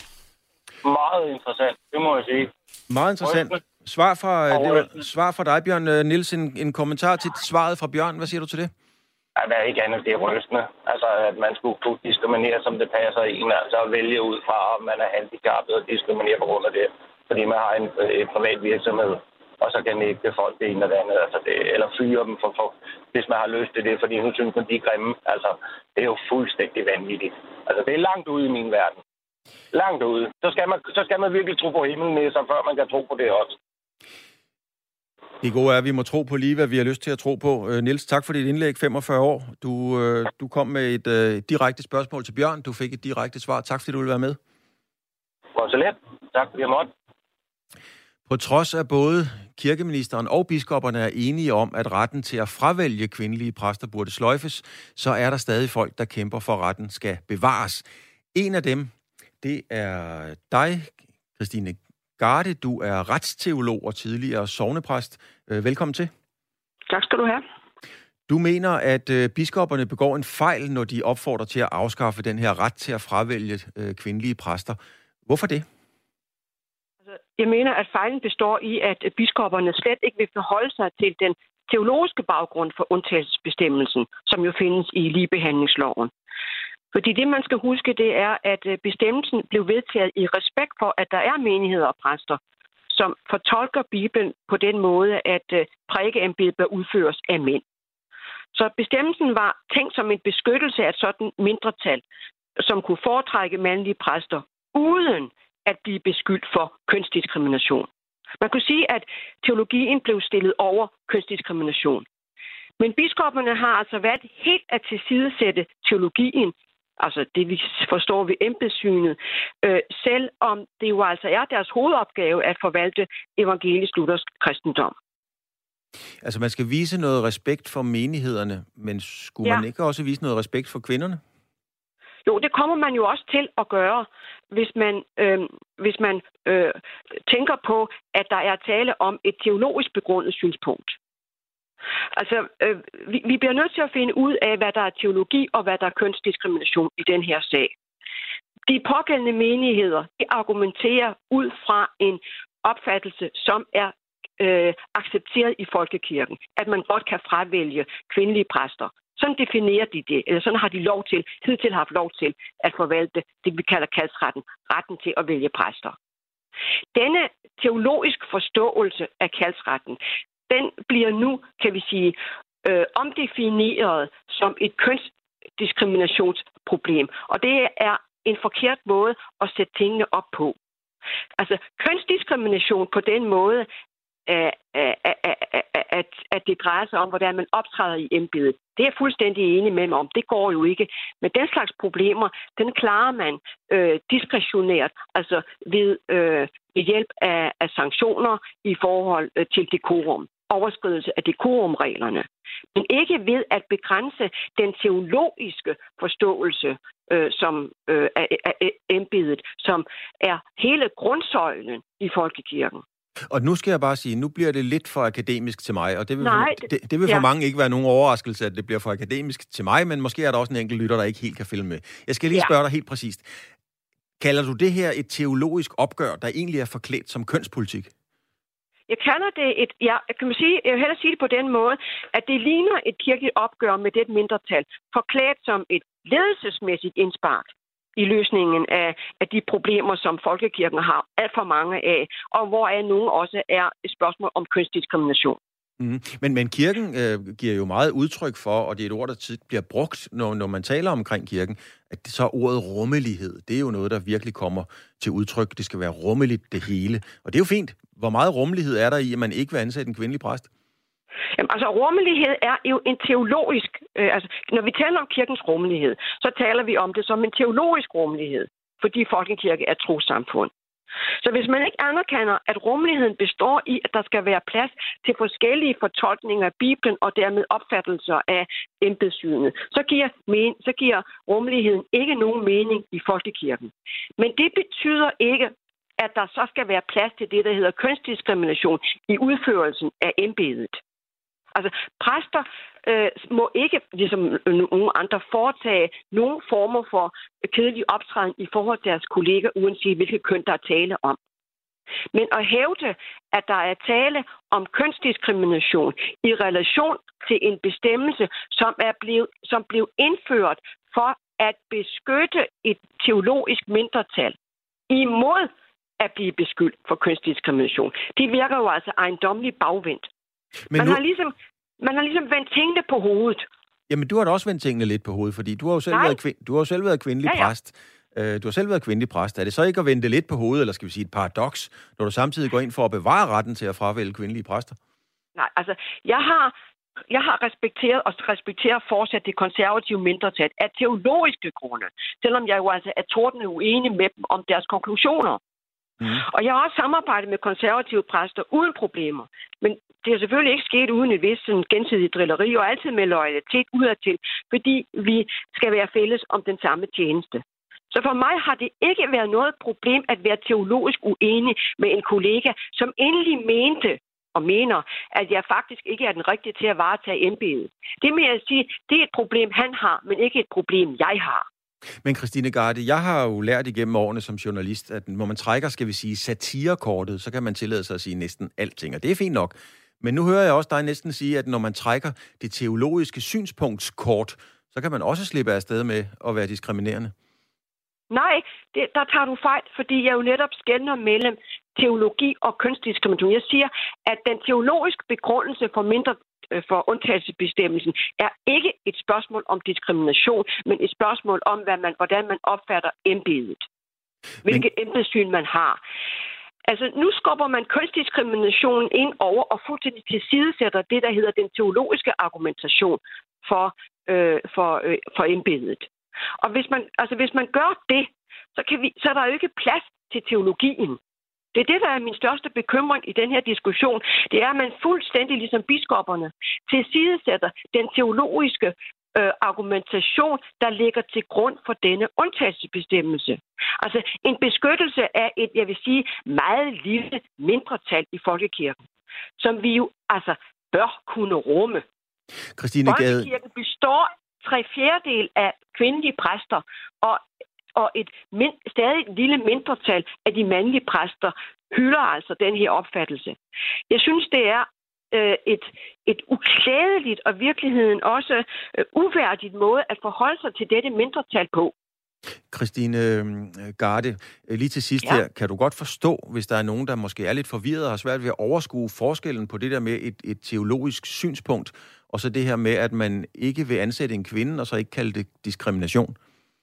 Meget interessant, det må jeg sige. Meget interessant. Svar fra, det var, svar fra dig, Bjørn Nielsen. En, en kommentar til svaret fra Bjørn. Hvad siger du til det? Ja, der er ikke andet, det er rystende. Altså, at man skulle kunne diskriminere, som det passer en. Altså, at vælge ud fra, om man er handicappet og diskriminere på grund af det. Fordi man har en, en privat virksomhed, og så kan nægte folk det ene eller andet. Altså, det, eller fyre dem, for, for, hvis man har lyst til det, fordi nu synes man, de er grimme. Altså, det er jo fuldstændig vanvittigt. Altså, det er langt ude i min verden. Langt ude. Så skal man, så skal man virkelig tro på himmelnæsser, før man kan tro på det også. Det gode er, at vi må tro på lige, hvad vi har lyst til at tro på. Niels, tak for dit indlæg, femogfyrre år. Du, øh, du kom med et øh, direkte spørgsmål til Bjørn. Du fik et direkte svar. Tak fordi du ville være med. Var så let. Tak fordi jeg måtte. På trods af både kirkeministeren og biskopperne er enige om, at retten til at fravælge kvindelige præster burde sløjfes, så er der stadig folk, der kæmper for, at retten skal bevares. En af dem, det er dig, Christine Garde. Du er retsteolog og tidligere sognepræst. Velkommen til. Tak skal du have. Du mener, at biskopperne begår en fejl, når de opfordrer til at afskaffe den her ret til at fravælge kvindelige præster. Hvorfor det? Jeg mener, at fejlen består i, at biskopperne slet ikke vil forholde sig til den teologiske baggrund for undtagelsesbestemmelsen, som jo findes i ligebehandlingsloven. Fordi det, man skal huske, det er, at bestemmelsen blev vedtaget i respekt for, at der er menigheder og præster, som fortolker Bibelen på den måde, at prædikeembedet bør udføres af mænd. Så bestemmelsen var tænkt som en beskyttelse af et sådan mindretal, som kunne foretrække mandlige præster, uden at blive beskyldt for kønsdiskrimination. Man kunne sige, at teologien blev stillet over kønsdiskrimination. Men biskopperne har altså været helt at tilsidesætte teologien, altså det vi forstår ved embedssynet, øh, selvom det jo altså er deres hovedopgave at forvalte evangelisk-luthersk kristendom. Altså man skal vise noget respekt for menighederne, men skulle ja. man ikke også vise noget respekt for kvinderne? Jo, det kommer man jo også til at gøre, hvis man, øh, hvis man øh, tænker på, at der er tale om et teologisk begrundet synspunkt. Altså, øh, vi, vi bliver nødt til at finde ud af, hvad der er teologi og hvad der er kønsdiskrimination i den her sag. De pågældende menigheder, de argumenterer ud fra en opfattelse, som er øh, accepteret i folkekirken, at man godt kan fravælge kvindelige præster. Sådan definerer de det, eller sådan har de lov til, hidtil har haft lov til at forvalte det, vi kalder kaldsretten, retten til at vælge præster. Denne teologisk forståelse af kaldsretten, den bliver nu, kan vi sige, øh, omdefineret som et kønsdiskriminationsproblem. Og det er en forkert måde at sætte tingene op på. Altså, kønsdiskrimination på den måde, at, at, at det drejer sig om, hvordan man optræder i embedet. Det er jeg fuldstændig enig med mig om. Det går jo ikke. Men den slags problemer, den klarer man øh, diskretionært, altså ved, øh, ved hjælp af, af sanktioner i forhold øh, til dekorum. Overskridelse af dekorumreglerne. Men ikke ved at begrænse den teologiske forståelse øh, som, øh, af, af embedet, som er hele grundsøjlen i folkekirken. Og nu skal jeg bare sige, nu bliver det lidt for akademisk til mig, og det vil, Nej, for, det, det vil for ja. mange ikke være nogen overraskelse, at det bliver for akademisk til mig, men måske er der også en enkelt lytter, der ikke helt kan følge med. Jeg skal lige spørge dig helt præcist. Kalder du det her et teologisk opgør, der egentlig er forklædt som kønspolitik? Jeg kalder det et, ja, kan man sige, jeg vil hellere sige det på den måde, at det ligner et kirkeligt opgør med det mindretal, forklædt som et ledelsesmæssigt indspark i løsningen af, af de problemer, som folkekirken har alt for mange af, og hvoraf nogle også er et spørgsmål om kønsdiskrimination. Mm. Men, men kirken øh, giver jo meget udtryk for, og det er et ord, der tit bliver brugt, når, når man taler omkring kirken, at det så er ordet rummelighed. Det er jo noget, der virkelig kommer til udtryk. Det skal være rummeligt, det hele. Og det er jo fint. Hvor meget rummelighed er der i, at man ikke vil ansætte en kvindelig præst? Jamen, altså, rummelighed er jo en teologisk... Øh, altså, når vi taler om kirkens rummelighed, så taler vi om det som en teologisk rummelighed, fordi folkekirke er trossamfund. Så hvis man ikke anerkender, at rummeligheden består i, at der skal være plads til forskellige fortolkninger af Bibelen og dermed opfattelser af embedssynet, så giver, men, så giver rummeligheden ikke nogen mening i folkekirken. Men det betyder ikke, at der så skal være plads til det, der hedder kønsdiskrimination i udførelsen af embedet. Altså, præster øh, må ikke, ligesom nogle andre, foretage nogle former for kedelig optræden i forhold til deres kolleger, uanset hvilket køn der er tale om. Men at hævde, at der er tale om kønsdiskrimination i relation til en bestemmelse, som er blevet, som blev indført for at beskytte et teologisk mindretal imod at blive beskyldt for kønsdiskrimination, det virker jo altså ejendommeligt bagvendt. Men man, nu... har ligesom, man har ligesom vendt tingene på hovedet. Jamen, du har da også vendt tingene lidt på hovedet, fordi du har jo selv, været, kvind... du har jo selv været kvindelig ja, ja. præst. Uh, du har selv været kvindelig præst. Er det så ikke at vende det lidt på hovedet, eller skal vi sige et paradoks, når du samtidig går ind for at bevare retten til at fravælge kvindelige præster? Nej, altså, jeg har, jeg har respekteret og respekterer fortsat det konservative mindretal af teologiske grunde, selvom jeg jo altså er tordende uenig med dem om deres konklusioner. Mm. Og jeg har også samarbejdet med konservative præster uden problemer. Men det er selvfølgelig ikke sket uden et vist gensidigt drilleri og altid med loyalitet udadtil, fordi vi skal være fælles om den samme tjeneste. Så for mig har det ikke været noget problem at være teologisk uenig med en kollega, som endelig mente og mener, at jeg faktisk ikke er den rigtige til at varetage embedet. Det med at sige, det er et problem, han har, men ikke et problem, jeg har. Men Christine Garde, jeg har jo lært igennem årene som journalist, at når man trækker, skal vi sige, satirekortet, så kan man tillade sig at sige næsten alting, og det er fint nok. Men nu hører jeg også dig næsten sige, at når man trækker det teologiske synspunktskort, så kan man også slippe afsted med at være diskriminerende. Nej, det, der tager du fejl, fordi jeg jo netop skelner mellem teologi og kønsdiskrimination. Jeg siger, at den teologiske begrundelse for mindre for undtagelsesbestemmelsen er ikke et spørgsmål om diskrimination, men et spørgsmål om, hvad man, hvordan man opfatter embedet. Hvilket men... embedssyn man har. Altså, nu skubber man kønsdiskriminationen ind over og fuldstændig tilsidesætter det, der hedder den teologiske argumentation for, øh, for, øh, for embedet. Og hvis man, altså, hvis man gør det, så, kan vi, så er der jo ikke plads til teologien. Det er det, der er min største bekymring i den her diskussion. Det er, at man fuldstændig ligesom biskopperne tilsidesætter den teologiske øh, argumentation, der ligger til grund for denne undtagelsesbestemmelse. Altså en beskyttelse af et, jeg vil sige, meget lille mindretal i folkekirken, som vi jo altså bør kunne rumme. Christine Gade... Folkekirken består tre fjerdedel af kvindelige præster, og, og et mind, stadig et lille mindretal af de mandlige præster hylder altså den her opfattelse. Jeg synes, det er øh, et, et uklædeligt og virkeligheden også øh, uværdigt måde at forholde sig til dette mindretal på. Christine Garde, lige til sidst ja. her, kan du godt forstå, hvis der er nogen, der måske er lidt forvirret og har svært ved at overskue forskellen på det der med et, et teologisk synspunkt, og så det her med, at man ikke vil ansætte en kvinde, og så ikke kalde det diskrimination?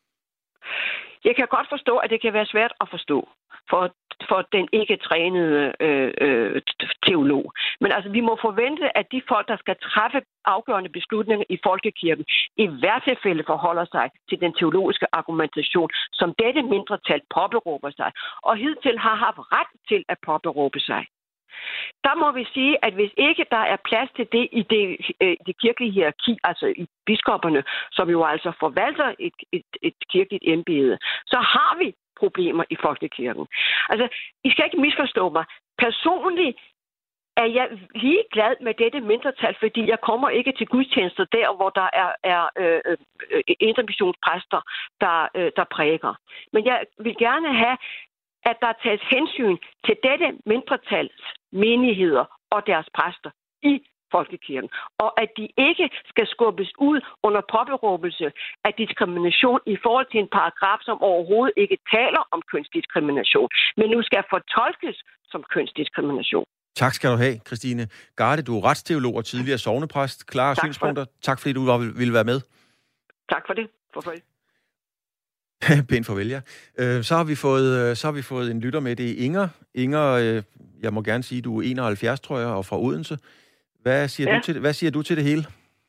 Jeg kan godt forstå, at det kan være svært at forstå for, for den ikke trænede øh, øh, teolog. Men altså, vi må forvente, at de folk, der skal træffe afgørende beslutninger i folkekirken, i hvert tilfælde forholder sig til den teologiske argumentation, som dette mindretal påberåber sig, og hidtil har haft ret til at påberåbe sig. Der må vi sige, at hvis ikke der er plads til det i det, øh, det kirkelige hierarki, altså i biskopperne, som jo altså forvalter et, et, et kirkeligt embede, så har vi problemer i folkekirken. Altså, I skal ikke misforstå mig. Personligt er jeg lige glad med dette mindretal, fordi jeg kommer ikke til gudstjenester der, hvor der er, er øh, øh, intermissionspræster, der, øh, der prædiker. Men jeg vil gerne have, at der tages hensyn til dette mindretals menigheder og deres præster i folkekirken, og at de ikke skal skubbes ud under påberåbelse af diskrimination i forhold til en paragraf, som overhovedet ikke taler om kønsdiskrimination, men nu skal fortolkes som kønsdiskrimination. Tak skal du have, Christine Garde. Du er retsteolog og tidligere sognepræst. Klare tak synspunkter. For tak fordi du ville være med. Tak for det. Forfølg. Pænt farvel, ja. Så har vi fået, så har vi fået en lytter med. Det er Inger. Inger, jeg må gerne sige, du er enoghalvfjerds, tror jeg, og fra Odense. Hvad siger, ja. du, til, hvad siger du til det hele?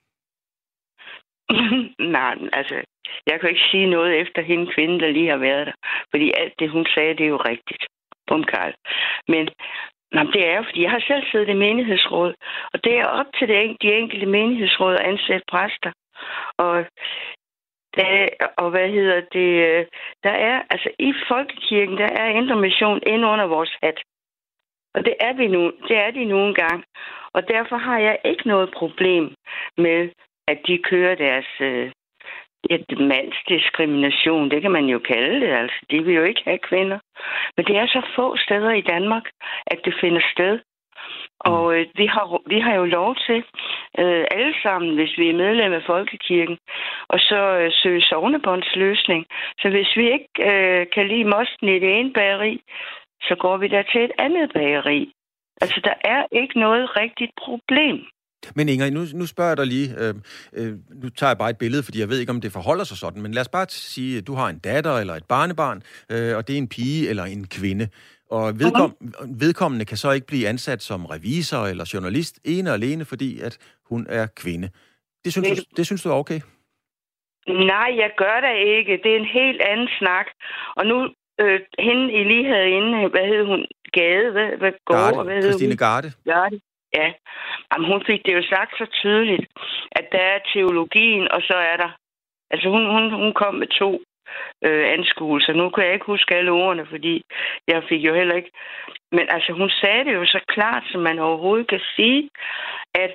Nej, altså, jeg kan ikke sige noget efter hende kvinde, der lige har været der. Fordi alt det, hun sagde, det er jo rigtigt. Bum, Karl. Men jamen, det er jo, fordi jeg har selv siddet i menighedsråd, og det er op til det, de enkelte menighedsråd at ansætte præster. Og Der, og hvad hedder det, der er, altså i folkekirken, der er Indre Mission inde under vores hat. Og det er vi nu, det er de nu engang. Og derfor har jeg ikke noget problem med, at de kører deres øh, mandsdiskrimination. Det kan man jo kalde det, altså. De vil jo ikke have kvinder. Men det er så få steder i Danmark, at det finder sted. Og øh, vi, har, vi har jo lov til, øh, alle sammen, hvis vi er medlem af folkekirken, og så øh, søge sognebåndsløsning. Så hvis vi ikke øh, kan lide mosten i det ene bageri, så går vi da til et andet bageri. Altså, der er ikke noget rigtigt problem. Men Inger, nu, nu spørger jeg dig lige, øh, øh, nu tager jeg bare et billede, fordi jeg ved ikke, om det forholder sig sådan, men lad os bare sige, at du har en datter eller et barnebarn, øh, og det er en pige eller en kvinde. Og vedkom, vedkommende kan så ikke blive ansat som revisor eller journalist, ene og alene, fordi at hun er kvinde. Det synes, det, du, det synes du er okay? Nej, jeg gør det ikke. Det er en helt anden snak. Og nu, øh, hende I lige havde inde, hvad hed hun? Gade? Hvad, hvad går? Garde. Hvad Christine Garde. Garde. Ja. Jamen, hun fik det jo sagt så tydeligt, at der er teologien, og så er der... Altså, hun, hun, hun kom med to øh, anskuelser. Nu kan jeg ikke huske alle ordene, fordi jeg fik jo heller ikke... Men altså, hun sagde det jo så klart, som man overhovedet kan sige, at...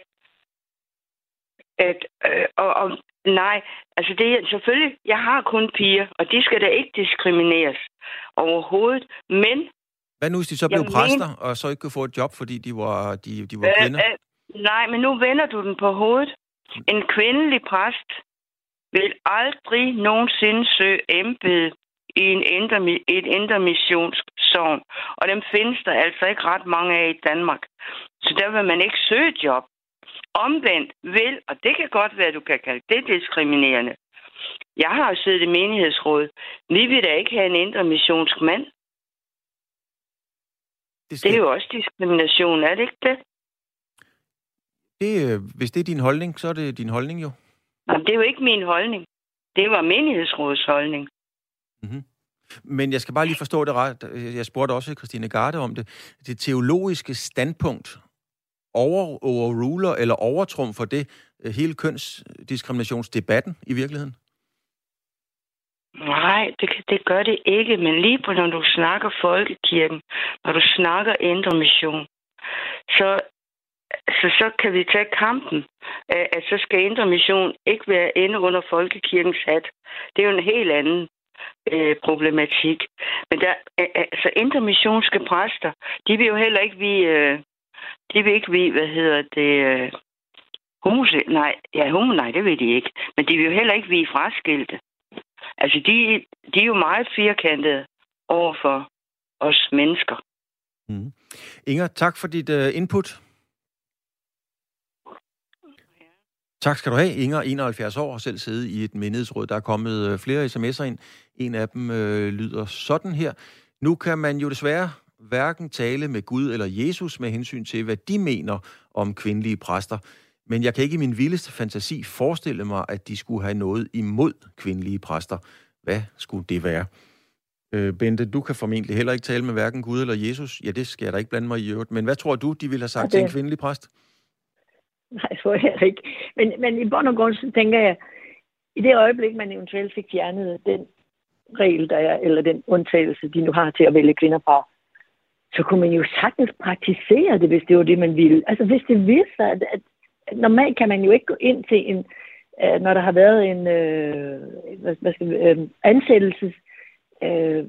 at øh, og, og nej, altså det er selvfølgelig... Jeg har kun piger, og de skal da ikke diskrimineres overhovedet, men... Hvad nu, hvis de så blev præster, men... og så ikke kunne få et job, fordi de var, de, de var øh, kvinder? Øh, nej, men nu vender du den på hovedet. En kvindelig præst vil aldrig nogensinde søge embede i en indre, et intermissionsk sogn. Og dem findes der altså ikke ret mange af i Danmark. Så der vil man ikke søge job. Omvendt vil, og det kan godt være, at du kan kalde det diskriminerende. Jeg har jo siddet i menighedsråd. Vi vil da ikke have en intermissionsk mand. Det, skal... det er jo også diskrimination, er det ikke det? det? Hvis det er din holdning, så er det din holdning jo. Jamen, det er jo ikke min holdning. Det var menighedsrådets holdning. Mm-hmm. Men jeg skal bare lige forstå det ret. Jeg spurgte også Christine Garde om det. Det teologiske standpunkt over, overruler eller overtrumfer det hele kønsdiskriminationsdebatten i virkeligheden? Nej, det, det gør det ikke, men lige på når du snakker folkekirken, når du snakker Indre Mission, så, så, så kan vi tage kampen, at så skal Indre Mission ikke være inde under folkekirkens hat. Det er jo en helt anden øh, problematik. Men der, altså Indre Missionske præster, de vil jo heller ikke vi, øh, de vil ikke vi, hvad hedder det, øh, homose, nej, ja, homo, nej, det ved de ikke, men de vil jo heller ikke vi fraskilte. Altså, de, de er jo meget firkantede over for os mennesker. Mm. Inger, tak for dit uh, input. Tak skal du have. Inger, enoghalvfjerds år, har selv siddet i et menighedsråd. Der er kommet uh, flere sms'er ind. En af dem uh, lyder sådan her. Nu kan man jo desværre hverken tale med Gud eller Jesus med hensyn til, hvad de mener om kvindelige præster. Men jeg kan ikke i min vildeste fantasi forestille mig, at de skulle have noget imod kvindelige præster. Hvad skulle det være? Øh, Bente, du kan formentlig heller ikke tale med hverken Gud eller Jesus. Ja, det skal jeg da ikke blande mig i øvrigt. Men hvad tror du, de ville have sagt det... til en kvindelig præst? Nej, det tror jeg ikke. Men, men i bund og grund, så tænker jeg, i det øjeblik, man eventuelt fik fjernet den regel, der er, eller den undtagelse, de nu har til at vælge kvinder fra, så kunne man jo sagtens praktisere det, hvis det var det, man ville. Altså, hvis det viser sig, at, at normalt kan man jo ikke gå ind til en, øh, når der har været en øh, hvad, hvad skal vi, øh, ansættelses, øh,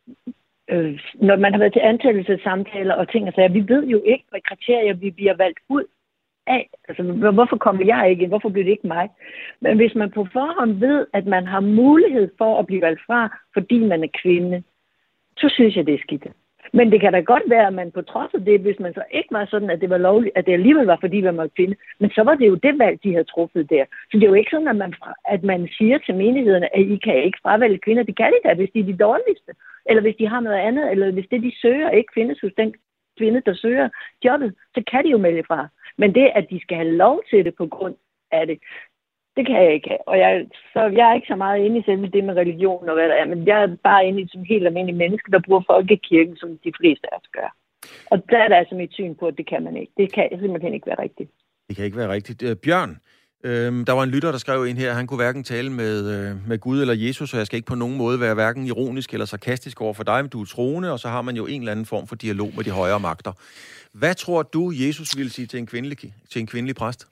øh, når man har været til ansættelsessamtaler og ting og sager, vi ved jo ikke, hvad kriterier vi bliver valgt ud af. Altså, hvorfor kommer jeg ikke ind? Hvorfor bliver det ikke mig? Men hvis man på forhånd ved, at man har mulighed for at blive valgt fra, fordi man er kvinde, så synes jeg, det er skidt. Men det kan da godt være, at man på trods af det, hvis man så ikke var sådan, at det var lovligt, at det alligevel var, fordi man var kvinde, men så var det jo det valg, de havde truffet der. Så det er jo ikke sådan, at man, at man siger til menighederne, at I kan ikke fravælge kvinder. Det kan de da, hvis de er de dårligste. Eller hvis de har noget andet, eller hvis det, de søger, ikke findes hos den kvinde, der søger jobbet, så kan de jo melde fra. Men det, at de skal have lov til det på grund af det, det kan jeg ikke have. Og jeg, så jeg er ikke så meget inde i selve det med religion og hvad der er, men jeg er bare inde i som helt almindelige mennesker, der bruger folkekirken, som de fleste af os gør. Og der er der altså mit syn på, at det kan man ikke. Det kan simpelthen ikke være rigtigt. Det kan ikke være rigtigt. Uh, Bjørn, øh, der var en lytter, der skrev ind her, han kunne hverken tale med, øh, med Gud eller Jesus, så jeg skal ikke på nogen måde være hverken ironisk eller sarkastisk over for dig, men du er troende, og så har man jo en eller anden form for dialog med de højere magter. Hvad tror du, Jesus ville sige til en kvindelig, til en kvindelig præst?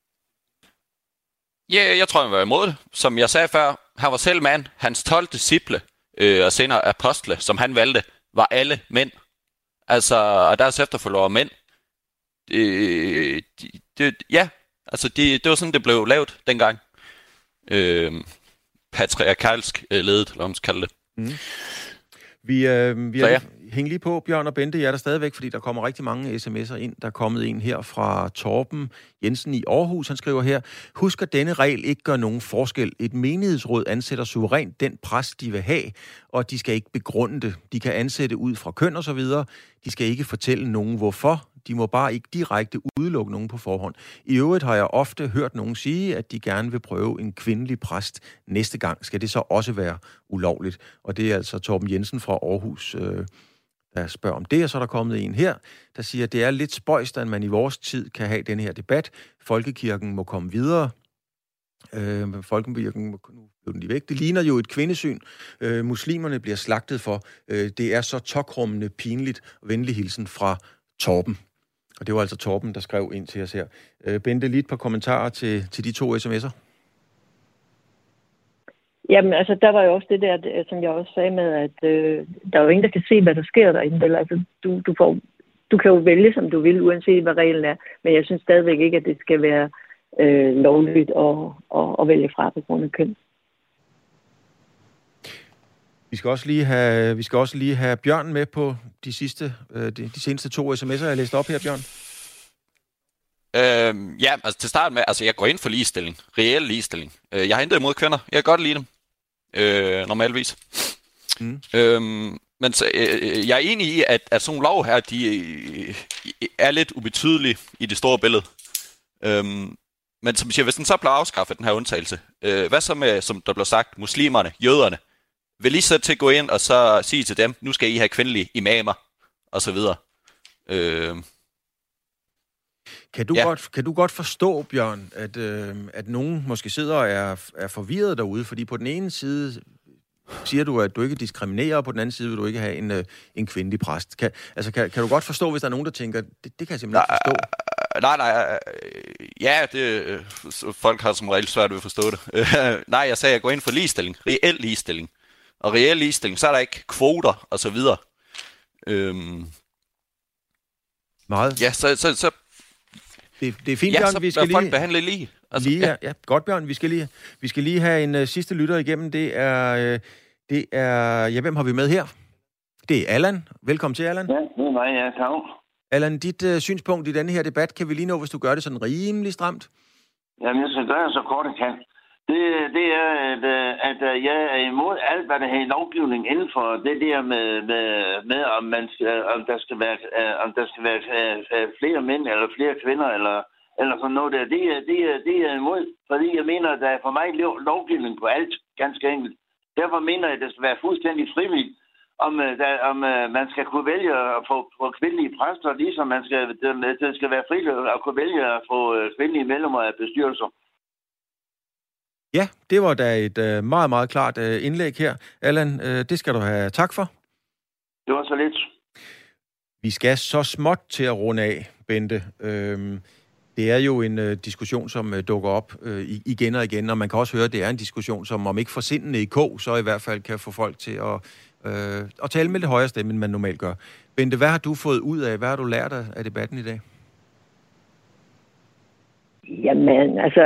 Ja, jeg tror, han var imod det. Som jeg sagde før, han var selv mand. Hans tolv disciple øh, og senere apostle, som han valgte, var alle mænd. Altså, og deres efterfølgere var mænd. Øh, de, de, ja, altså de, det var sådan, det blev lavet dengang. Øh, patriarkalsk øh, ledet, eller hvad man skal kalde det. Mm. Vi, øh, vi er ja. Hæng lige på, Bjørn og Bente. Jeg er der stadigvæk, fordi der kommer rigtig mange sms'er ind. Der er kommet en her fra Torben Jensen i Aarhus. Han skriver her: husk, at denne regel ikke gør nogen forskel. Et menighedsråd ansætter suverænt den præst, de vil have, og de skal ikke begrunde det. De kan ansætte ud fra køn og så videre. De skal ikke fortælle nogen hvorfor. De må bare ikke direkte udelukke nogen på forhånd. I øvrigt har jeg ofte hørt nogen sige, at de gerne vil prøve en kvindelig præst næste gang. Skal det så også være ulovligt? Og det er altså Torben Jensen fra Aarhus, øh, der spørger om det. Og så er der kommet en her, der siger, at det er lidt spøjst, at man i vores tid kan have den her debat. Folkekirken må komme videre. Øh, Folkekirken må nu blive den lige væk. Det ligner jo et kvindesyn. Øh, muslimerne bliver slagtet for. Øh, det er så tokrummende pinligt. Venlig hilsen fra Torben. Og det var altså Torben, der skrev ind til os her. Øh, Bente, lige et par kommentarer til, til de to sms'er. Jamen, altså, der var jo også det der, som jeg også sagde med, at øh, der er jo ingen, der kan se, hvad der sker derinde. Altså, du, du, får, du kan jo vælge, som du vil, uanset hvad reglen er. Men jeg synes stadigvæk ikke, at det skal være øh, lovligt at, at, at vælge fra på grund af køn. Vi skal også lige have, vi skal også lige have Bjørn med på de sidste, de, de seneste to sms'er, jeg læste op her, Bjørn. Øhm, ja, altså til start med, altså jeg går ind for ligestilling, reel ligestilling. Jeg har intet imod kvinder, jeg kan godt lide dem, øh, normalvis. Mm. Øhm, men så, øh, jeg er enig i, at, at sådan nogle lov her, de øh, er lidt ubetydelige i det store billede. Øhm, men som siger, hvis den så bliver afskaffet, den her undtagelse, øh, hvad så med, som der blev sagt, muslimerne, jøderne, vil I så til at gå ind og så sige til dem, nu skal I have kvindelige imamer, og så videre. Øh. Kan du, ja. godt, kan du godt forstå, Bjørn, at, øh, at nogen måske sidder og er, er forvirret derude? Fordi på den ene side siger du, at du ikke diskriminerer, og på den anden side vil du ikke have en, øh, en kvindelig præst. Kan, altså, kan, kan du godt forstå, hvis der er nogen, der tænker, det, det kan jeg simpelthen ikke forstå? Nej, nej, ja, det, folk har som regel svært ved at forstå det. Nej, jeg sagde, at jeg går ind for ligestilling, reel ligestilling. Og reel ligestilling, så er der ikke kvoter og så videre. Øhm, Meget. Ja, så... så, så det, det er fint, ja, Bjørn. så Vi skal folk lige... behandle lige. Altså, lige ja. ja, godt, Bjørn. Vi skal lige, vi skal lige have en uh, sidste lytter igennem. Det er, uh, det er... Ja, hvem har vi med her? Det er Allan. Velkommen til, Allan. Ja, det er mig, ja. Tak. Allan, dit uh, synspunkt i denne her debat, kan vi lige nå, hvis du gør det sådan rimelig stramt? Jamen, jeg skal gøre det så kort jeg kan. Det, det er, at, at jeg er imod alt, hvad der har lovgivning inden for det der med, med, med om, man skal, om der skal være, om der skal være flere mænd eller flere kvinder eller, eller sådan noget der. Det, det, det er imod, fordi jeg mener, at der er for mig lovgivning på alt, ganske enkelt. Derfor mener jeg, at det skal være fuldstændig frivilligt, om, der, om man skal kunne vælge at få, få kvindelige præster, ligesom man skal, det skal være frivilligt at kunne vælge at få kvindelige medlemmer af bestyrelser. Ja, det var da et øh, meget, meget klart øh, indlæg her. Allan, øh, det skal du have tak for. Det var så lidt. Vi skal så småt til at runde af, Bente. Øhm, det er jo en øh, diskussion, som øh, dukker op øh, igen og igen, og man kan også høre, at det er en diskussion, som om ikke får sindene i kog, så i hvert fald kan få folk til at, øh, at tale med lidt højere stemme, end man normalt gør. Bente, hvad har du fået ud af? Hvad har du lært af, af debatten i dag? Jamen, altså...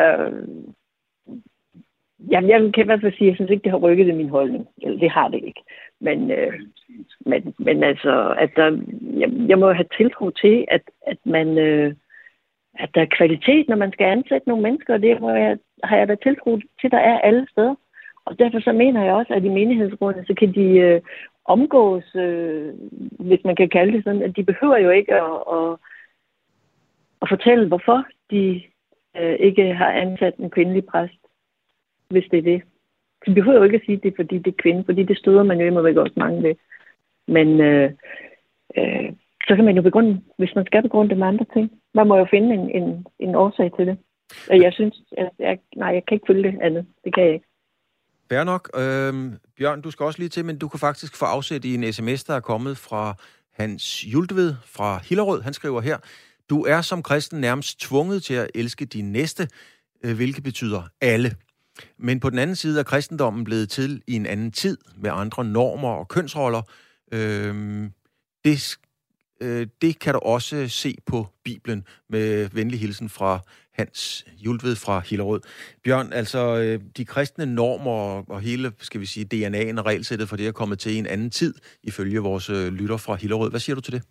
Jamen, jeg kan i hvert fald sige, at jeg synes ikke, det har rykket i min holdning. Eller det har det ikke. Men, øh, men, men altså, at der, jeg, jeg må have tiltro til, at, at, man, øh, at der er kvalitet, når man skal ansætte nogle mennesker, og det må jeg, har jeg da tiltro til, der er alle steder. Og derfor så mener jeg også, at i menighedsrådene, så kan de øh, omgås, øh, hvis man kan kalde det sådan, at de behøver jo ikke at, at, at fortælle, hvorfor de øh, ikke har ansat en kvindelig præst, hvis det er det. De behøver jo ikke at sige, at det er, fordi det er kvinde, fordi det støder man jo imod væk også mange ved. Men øh, øh, så kan man jo begrunde, hvis man skal begrunde det med andre ting. Man må jo finde en, en, en årsag til det. Og jeg synes, at jeg, nej, jeg kan ikke følge det andet. Det kan jeg ikke. Fair nok. Øhm, Bjørn, du skal også lige til, men du kan faktisk få afsæt i en sms, der er kommet fra Hans Jultved fra Hillerød. Han skriver her: Du er som kristen nærmest tvunget til at elske din næste, øh, hvilket betyder alle. Men på den anden side er kristendommen blevet til i en anden tid med andre normer og kønsroller. Øhm, det, øh, det kan du også se på Bibelen, med venlig hilsen fra Hans Jultved fra Hillerød. Bjørn, altså øh, de kristne normer og hele, skal vi sige, D N A'en og regelsættet for det er kommet til i en anden tid, ifølge vores øh, lytter fra Hillerød. Hvad siger du til det?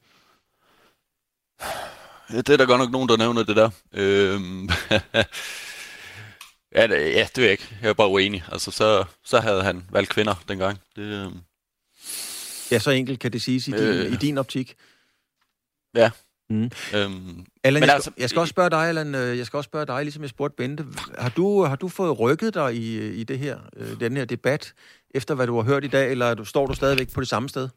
Ja, det er der godt nok nogen, der nævner det der. Øhm Ja, det, ja, det ved jeg ikke. Jeg er bare uenig. Altså, så, så havde han valgt kvinder dengang. Det, øh... Ja, så enkelt kan det siges i din, øh... i din optik. Ja. Mm. Øhm, Allan, men jeg, altså, skal, jeg skal også spørge dig, Allan, jeg skal også spørge dig, ligesom jeg spurgte Bente. Har du, har du fået rykket dig i, i det her, øh, den her debat, efter hvad du har hørt i dag, eller du, står du stadigvæk på det samme sted?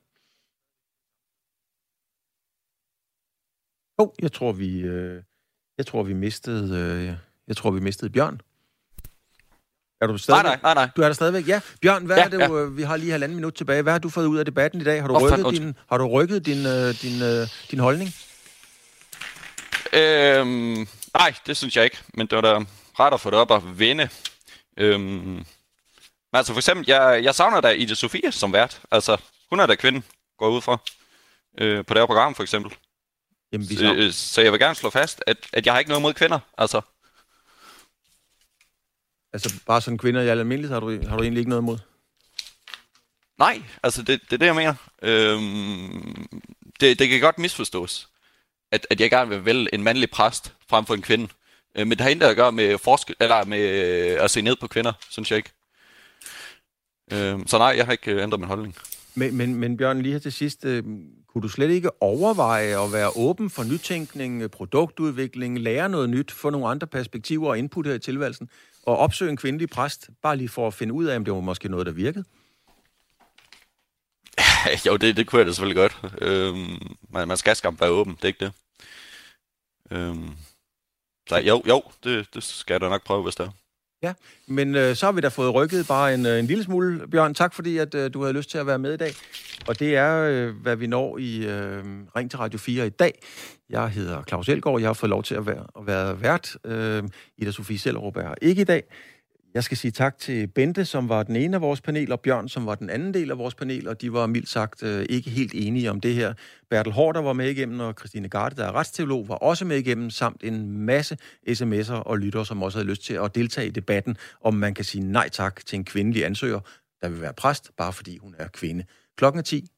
Åh, oh, jeg tror, vi, øh, jeg tror, vi mistede, øh, jeg tror, vi mistede Bjørn. Er du stadigvæk? Nej, nej, nej, nej. Du er der stadigvæk? Ja. Bjørn, hvad ja, er det, ja. vi har lige halvanden minut tilbage. Hvad har du fået ud af debatten i dag? Har du oh, rykket, din, har du rykket din, øh, din, øh, din holdning? Øhm, nej, det synes jeg ikke. Men det var da ret at få det op og vinde. Øhm, men altså for eksempel, jeg, jeg savner da Ida Sofie som vært. Altså, hun er da kvinden, går ud fra. Øh, på det her program for eksempel. Jamen, vi så, så jeg vil gerne slå fast, at, at jeg har ikke noget mod kvinder. Altså, Altså, bare sådan kvinder i al almindelighed, har du, har du egentlig ikke noget imod? Nej, altså, det, det er det, jeg mener. Øhm, det, det kan godt misforstås, at, at jeg gerne vil vælge en mandlig præst frem for en kvinde. Øh, men det har intet at gøre med forskel, eller med øh, at se ned på kvinder, synes jeg ikke. Øhm, så nej, jeg har ikke ændret min holdning. Men, men, men Bjørn, lige her til sidst, øh, kunne du slet ikke overveje at være åben for nytænkning, produktudvikling, lære noget nyt, få nogle andre perspektiver og input her i tilværelsen, og opsøge en kvindelig præst, bare lige for at finde ud af, om det var måske noget, der virkede? Jo, det, det kunne jeg da selvfølgelig godt. Øhm, man, man skal skam være åben, det er ikke det. Øhm, så jo, jo, det, det skal jeg da nok prøve, hvis det er. Ja, men øh, så har vi da fået rykket bare en, øh, en lille smule. Bjørn, tak fordi, at øh, du havde lyst til at være med i dag. Og det er, øh, hvad vi når i øh, Ring til Radio fire i dag. Jeg hedder Claus Elgaard, jeg har fået lov til at være, at være vært. Øh, Ida Sofie Sellerup er ikke i dag. Jeg skal sige tak til Bente, som var den ene af vores panel, og Bjørn, som var den anden del af vores panel, og de var mildt sagt øh, ikke helt enige om det her. Bertel Haarder var med igennem, og Christine Garde, der er retsteolog, var også med igennem, samt en masse sms'er og lyttere, som også havde lyst til at deltage i debatten, om man kan sige nej tak til en kvindelig ansøger, der vil være præst, bare fordi hun er kvinde. Klokken er ti.